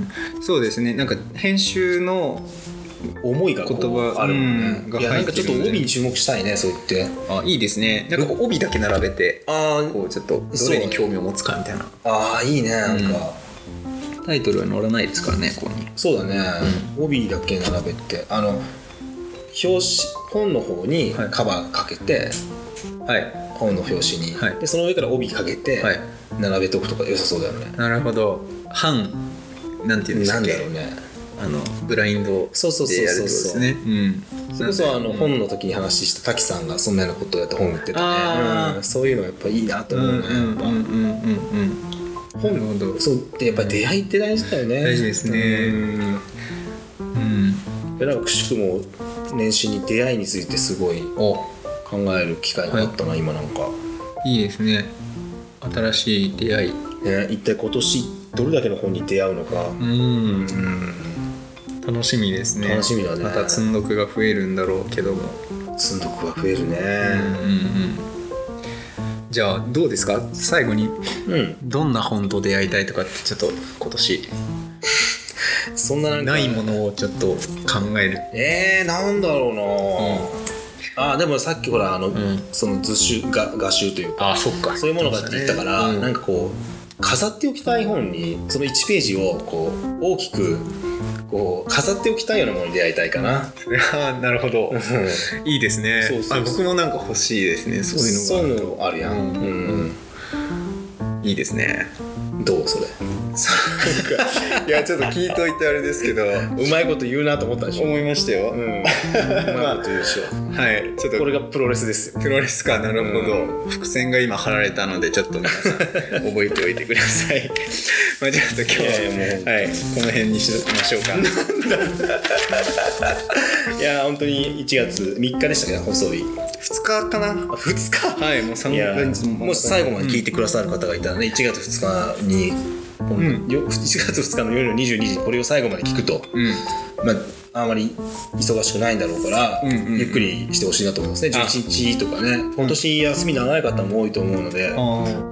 うんそうですね。なんか編集の思いがこう言葉あるもんね、うん、いやなんかちょっと帯に注目したいね、そう言って。 あいいですね。なんか帯だけ並べてあこうちょっとどれに興味を持つかみたいな。 ああいいね、なんか、 うん、タイトルは載らないですからねここに。 そうだね、うん、帯だけ並べてあの表紙本の方にカバーかけて、はい、本の表紙に、はい、でその上から帯かけて並べておくとか良さそうだよね。 なるほど。半なんていうんですか、 なんだろうね、 あのブラインドでやるってことですね。 それこそあの本の時に話した滝さんがそんなようなことをやって本売ってたね、うん、そういうのはやっぱいいなと思うね。本そうってやっぱり出会いって大事だよね。 大事ですね。うんうん、なんかくしくも年始に出会いについてすごい考える機会があったな、はい、今なんかいいですね。新しい出会い、 ね、一体今年どれだけの本に出会うのか、うん、うん、 楽しみですね。 楽しみだね。 また積んどくが増えるんだろうけども、 積んどくが増えるね、うんうんうん、 じゃあどうですか最後に、うん、どんな本と出会いたいとかってちょっと今年そんななんかないものをちょっと考える。 えー、なんだろうな、うん、あでもさっきほらあの、うん、その図集が画集というか、 あそっかそういうものがって言ったから、うん、なんかこう飾っておきたい本にそのいちページをこう大きくこう飾っておきたいようなものに出会いたいかな。 あなるほどいいですね。そうそうそう、あ僕もなんか欲しいですね。そういうのがそういうのあるやん、うんうんうん、いいですね。 どうそれいやちょっと聞いといてあれですけどうまいこと言うなと思ったでしょ。 思いましたよ、うん、うまいこと言うでしょ、まあ、はいちょっとこれがプロレスですよ。 プロレスか。なるほど、うん、伏線が今張られたのでちょっと皆さん覚えておいてくださいまあじゃあ今日は、はい、この辺にしましょうかいや本当にいちがつみっかでしたけど放送日ふつかかな。 ふつかはいもうさんかげつももし最後まで聞いてくださる方がいたらね、うん、いちがつふつかに、うん、いちがつふつかの夜のにじゅうにじにこれを最後まで聞くと、うんまあ、あまり忙しくないんだろうから、うんうんうん、ゆっくりしてほしいなと思いますね。じゅういちにちとかね今年休み長い方も多いと思うので、うん、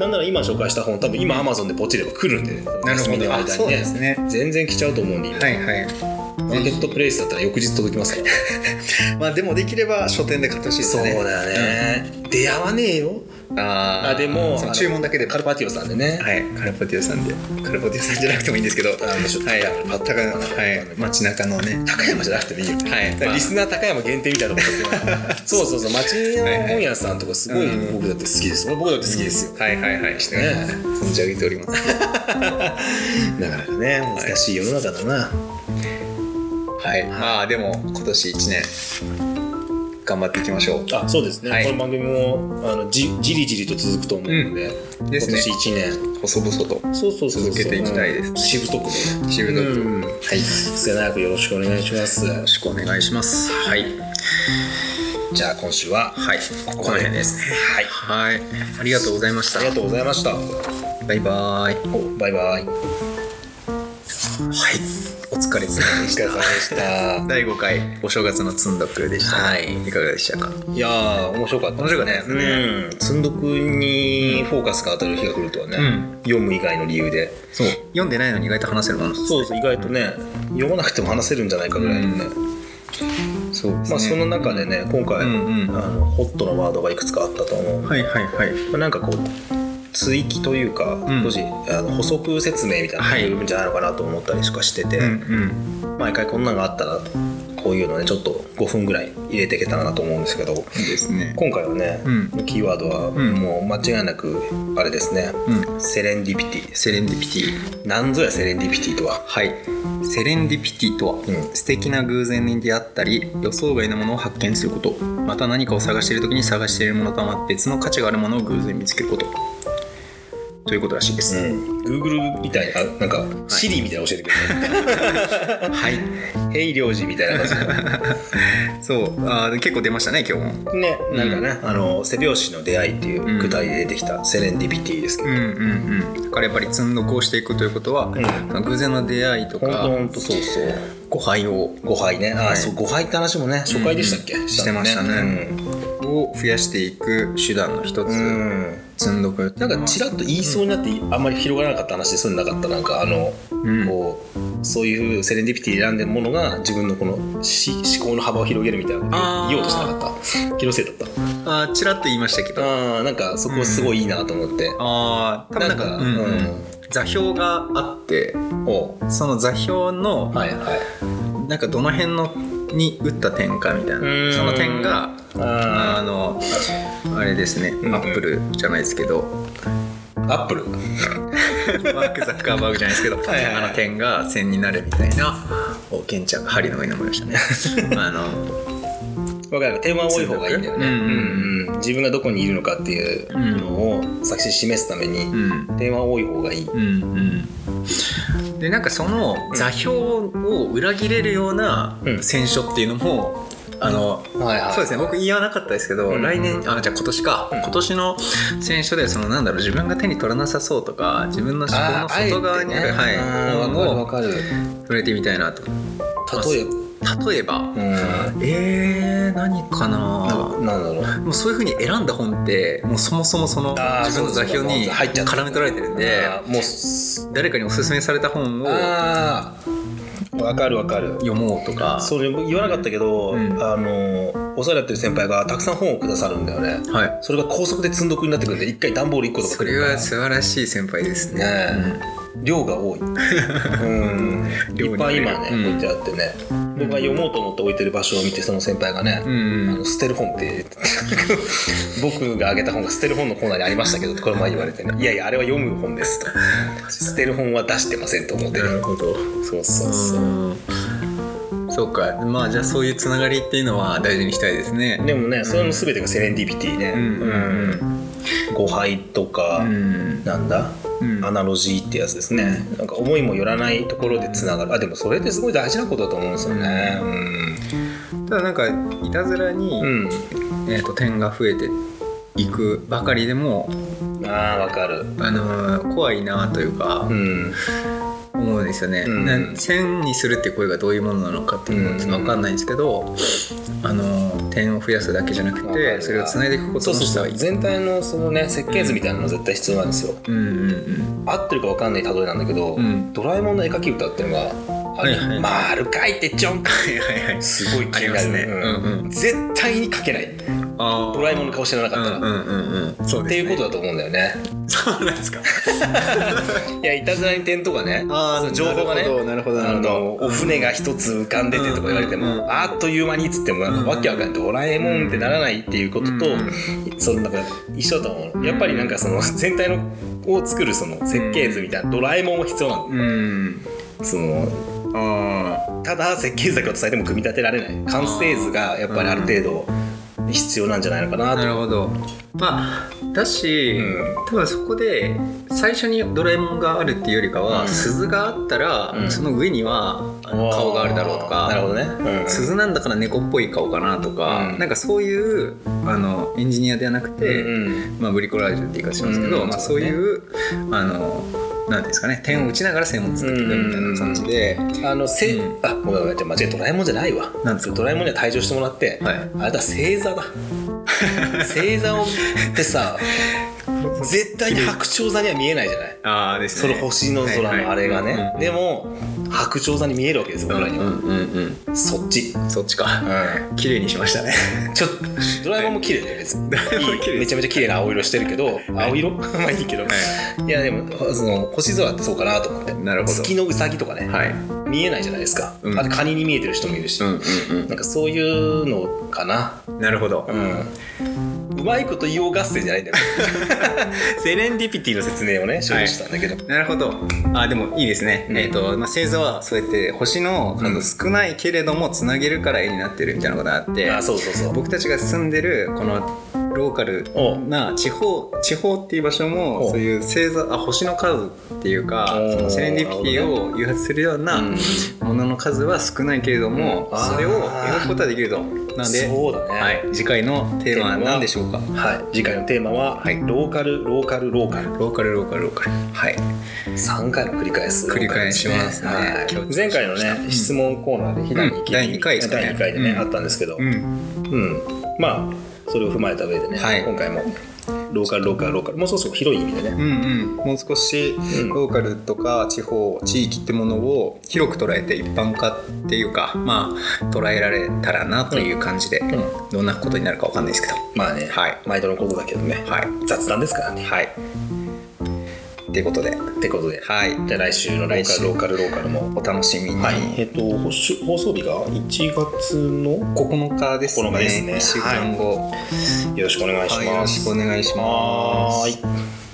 なんなら今紹介した本多分今 Amazon でポチれば来るんで、休みの間に ね, ね全然来ちゃうと思うんで今、はいはいマーケットプレイスだったら翌日届きますからまあでもできれば書店で買ってほしいですね。 そうだよね、うん、出会わねえよああでもその注文だけでカルパティオさんでね、 はい、カルパティオさんでカルパティオさんじゃなくてもいいんですけど、 あのちょっとはい、 パッと高はい街中のね、 高山じゃなくてもいいよ、 はいだからリスナー高山限定みたいなことってそうそうそう町の本屋さんとかすごい僕だって好きです、僕だって好きですよ、 はいはいはいしてね存じ上げておりますなかなかね難しい世の中だな、 はい、まあでも今年いちねん頑張っていきましょう。 あ、そうですね、はい、この番組もあの じ, じりじりと続くと思うので、うん、ですね、今年いちねん細々と続けていきたいです、ね、 しぶとくねしぶとく、うん、 はい、末永くよろしくお願いします。 よろしくお願いします。はい、 じゃあ今週ははいここら辺ですね。はい、はい、ありがとうございました。 ありがとうございました。 バイバイ。 おバイバイ。 はい、お疲れ様でした。 お疲れ様でしただいごかいお正月の積んどくでした、 はい、 いかがでしたか。 いやー面白かったですね。面白かったですね、うん、積んどくにフォーカスが当たる日が来るとはね、うん、読む以外の理由で、 そう読んでないのに意外と話せるものです、ね、 そうそう意外とね読まなくても話せるんじゃないかぐらいのね、うん、そうですね。まあその中でね今回、うんうん、あのホットなワードがいくつかあったと思う。はいはいはい、まあ、なんかこう追記というか、うん、少しあの補足説明みたいなのがいるんじゃないのかなと思ったりとかしてて、はい、うんうん、毎回こんなのがあったらこういうのねちょっとごふんぐらい入れていけたらなと思うんですけど、ですね、今回はね、うん、キーワードはもう間違いなくあれですね、うん、セレンディピティ。 セレンディピティ、 なんぞやセレンディピティとは。 はい、セレンディピティとは、うん、素敵な偶然に出会ったり予想外のものを発見すること、また何かを探している時に探しているものとは別の価値があるものを偶然見つけることということらしいです、うん、 Google みたいな、なんか、はい、Siri みたいな教えてくれるはいヘイ領事みたいな感じそうあ結構出ましたね今日もね、なんかね、うん、あの背拍子の出会いっていう具体で出てきたセレンディピティですけど、うんうんうん、 だからやっぱり積んどくをしていくということは、うん、偶然の出会いとかほんとそうそう誤配を誤配ね、あ、はい、そう誤配って話もね初回でしたっけ、うん、 してましたね、うん、を増やしていく手段の一つ、うん、積んどくなんかちらっと言いそうになってあんまり広がらなかった話でそういうのなかった。なんかあの、うん、こうそういうセレンディピティ選んでるものが自分のこの思考の幅を広げるみたいな言おうとしてなかった。気のせいだった。 あちらっと言いましたけど、 あなんかそこすごいいいなと思って、うん、 あ多分なんかなんか、うんうん、座標があってその座標の、はいはい、なんかどの辺のに打った点かみたいな、その点がああのあれですね、うんうん、アップルじゃないですけどアップルマーク・ザッカーバーグじゃないですけどはいはい、はい、あの点が線になるみたいなおケンちゃんが針の上に登りましたねあの分かる。点は多い方がいいんだよね、うんうんうん、自分がどこにいるのかっていうのを先に示すために、うん、点は多い方がいい、うんうん、でなんかその座標を裏切れるような選書っていうのも、うん、あのはいはい、そうですね、僕言わなかったですけど、うん、来年あじゃあ今年か、うん、今年の選書でそのなんだろう自分が手に取らなさそうとか自分の思考の外側にある、ね、はい、本を触れてみたいなと。 例えば例えば、うん、えー、何かな、 なんだろう、 もうそういう風に選んだ本ってもうそもそもその自分の座標に絡め取られてるんで、もう誰かにおすすめされた本をあ分かる分かる読もうとか、 それ言わなかったけど、うん、あのお世話になってる先輩がたくさん本をくださるんだよね、はい、それが高速で積んどくになってくるんで一回段ボールいっことかくるから、それは素晴らしい先輩ですね、ね、 うん、量が多い、うん、いっぱい今ね、うん、置いてあってね、僕が読もうと思って置いてる場所を見てその先輩がね、うん、あの捨てる本って僕があげた本が捨てる本のコーナーにありましたけどってこの前言われてね、いやいやあれは読む本ですと捨てる本は出してませんと思ってる。 なるほど、 そうそうそう、うん、 そうか、まあじゃあそういうつながりっていうのは大事にしたいですね。 でもね、それの全てがセレンディピティね、うんうんうん、誤配とか、うん、なんだ、うん、アナロジーってやつですね、なんか思いもよらないところでつながる。あでもそれってすごい大事なことだと思うんですよね、 うん、ただなんかいたずらに、うん、えーと、点が増えていくばかりでもあーわかる、 あのー、怖いなというか、うん、思うんですよね、うん、線にするっていう声がどういうものなのかっていうのはちょっと分かんないんですけど、うん、あの点を増やすだけじゃなくてそれをつないでいくこともしたらいい。 全体のそのね設計図みたいなのが絶対必要なんですよ、うんうんうん、合ってるか分かんない例えなんだけど、うん、ドラえもんの絵描き歌っていうのがはいはい、丸書いてちょんはいはいはい、 すごい気になるね、 うんうん、 絶対に書けない。 あドラえもんの顔してなかったら、うんうんうんうん、そうですね、っていうことだと思うんだよね。 そうなんですかいやいたずらに点とかね、あその情報がね、 なるほどなるほど、あのお船が一つ浮かんでてとか言われても、うんうんうん、あっという間にっつってもなんかわけわかんない、ドラえもんってならないっていうことと、うんうん、そのなんか一緒だと思う。やっぱりなんかその全体のを作るその設計図みたいな、ドラえもんも必要なの、うん、そのあただ設計図だけを伝えても組み立てられない、完成図がやっぱりある程度必要なんじゃないのかなと。 なるほど。まあだし、うん、多分そこで最初にドラえもんがあるっていうよりかは、うん、鈴があったら、うん、その上には顔があるだろうとか、 なるほどね、 うん、鈴なんだから猫っぽい顔かなとか、うん、なんかそういうあのエンジニアではなくて、うんまあ、ブリコラージュって言い方しますけど、うんまあ、そういう、あのなんですかね、点を打ちながら線を作っていくみたいな感じで、 うん、あのせ、うん、あごめんごめん、じゃあ間違えドラえもんじゃないわ。なんですか、ドラえもんには退場してもらって、はい、あれだ星座だ星座をってさ絶対に白鳥座には見えないじゃない。 あですね、 その星の空のあれがね、はいはい、でも白鳥座に見えるわけですよ、僕らには、うんうんうん、そっちそっちか、うん、綺麗にしましたねちょっとドラえもんも綺麗だよ別にいいめちゃめちゃ綺麗な青色してるけど、青色まあいいけど、はい、いやでもその星空ってそうかなと思って。なるほど。月のうさぎとかね、はい、見えないじゃないですか、うん、あれカニに見えてる人もいるし、うんうんうん、なんかそういうのかな。 なるほど、うんうまいこと言おう合戦じゃないんだよセレンディピティの説明をねしようとしたんだけど、はい、 なるほど。あでもいいですね、うんえーとまあ、星座はそうやって星の数少ないけれどもつなげるから絵になってるみたいなことがあって、 あそうそうそう、 僕たちが住んでるこのローカルな地方地方っていう場所もそういう星座あ星の数っていうかそのセレンディピティを誘発するようなものの数は少ないけれども、それを描くことはできると。なんでそうだね、 はい、次回のテーマは何でしょうか。 はい、次回のテーマは、はい、ローカルローカルローカルローカルローカルローカルはいさんかいも繰り返す繰り返しますね、はい、 前回のね、うん、質問コーナーでひだにだいにかいですね、 だいにかいでね、うん、あったんですけど、うん、うん、まあそれを踏まえた上でね、はい、今回もローカルローカルローカルもう少し広い意味でね、うんうん、もう少しローカルとか地方地域ってものを広く捉えて一般化っていうか、まあ捉えられたらなという感じで、うんうん、どんなことになるか分かんないですけど、 まあね、はい、毎度のことだけどね、はい、雑談ですからね、はいってことでってことで、 はい、 じゃあ来週のローカルローカルローカルもお楽しみに、 はい、えっと放送日がいちがつのここのかですね。 ここのかですね。 いっしゅうかんご、はい、よろしくお願いします、はい、よろしくお願いします。はい。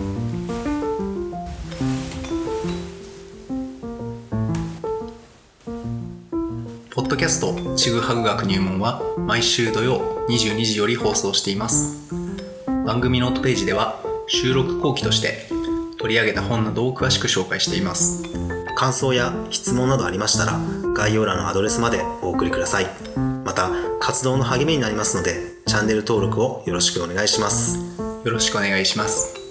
ポッドキャストちぐはぐ学入門は毎週土曜にじゅうにじより放送しています。番組ノートページでは収録後期として取り上げた本などを詳しく紹介しています。 感想や質問などありましたら概要欄のアドレスまでお送りください。また活動の励みになりますのでチャンネル登録をよろしくお願いします。 よろしくお願いします。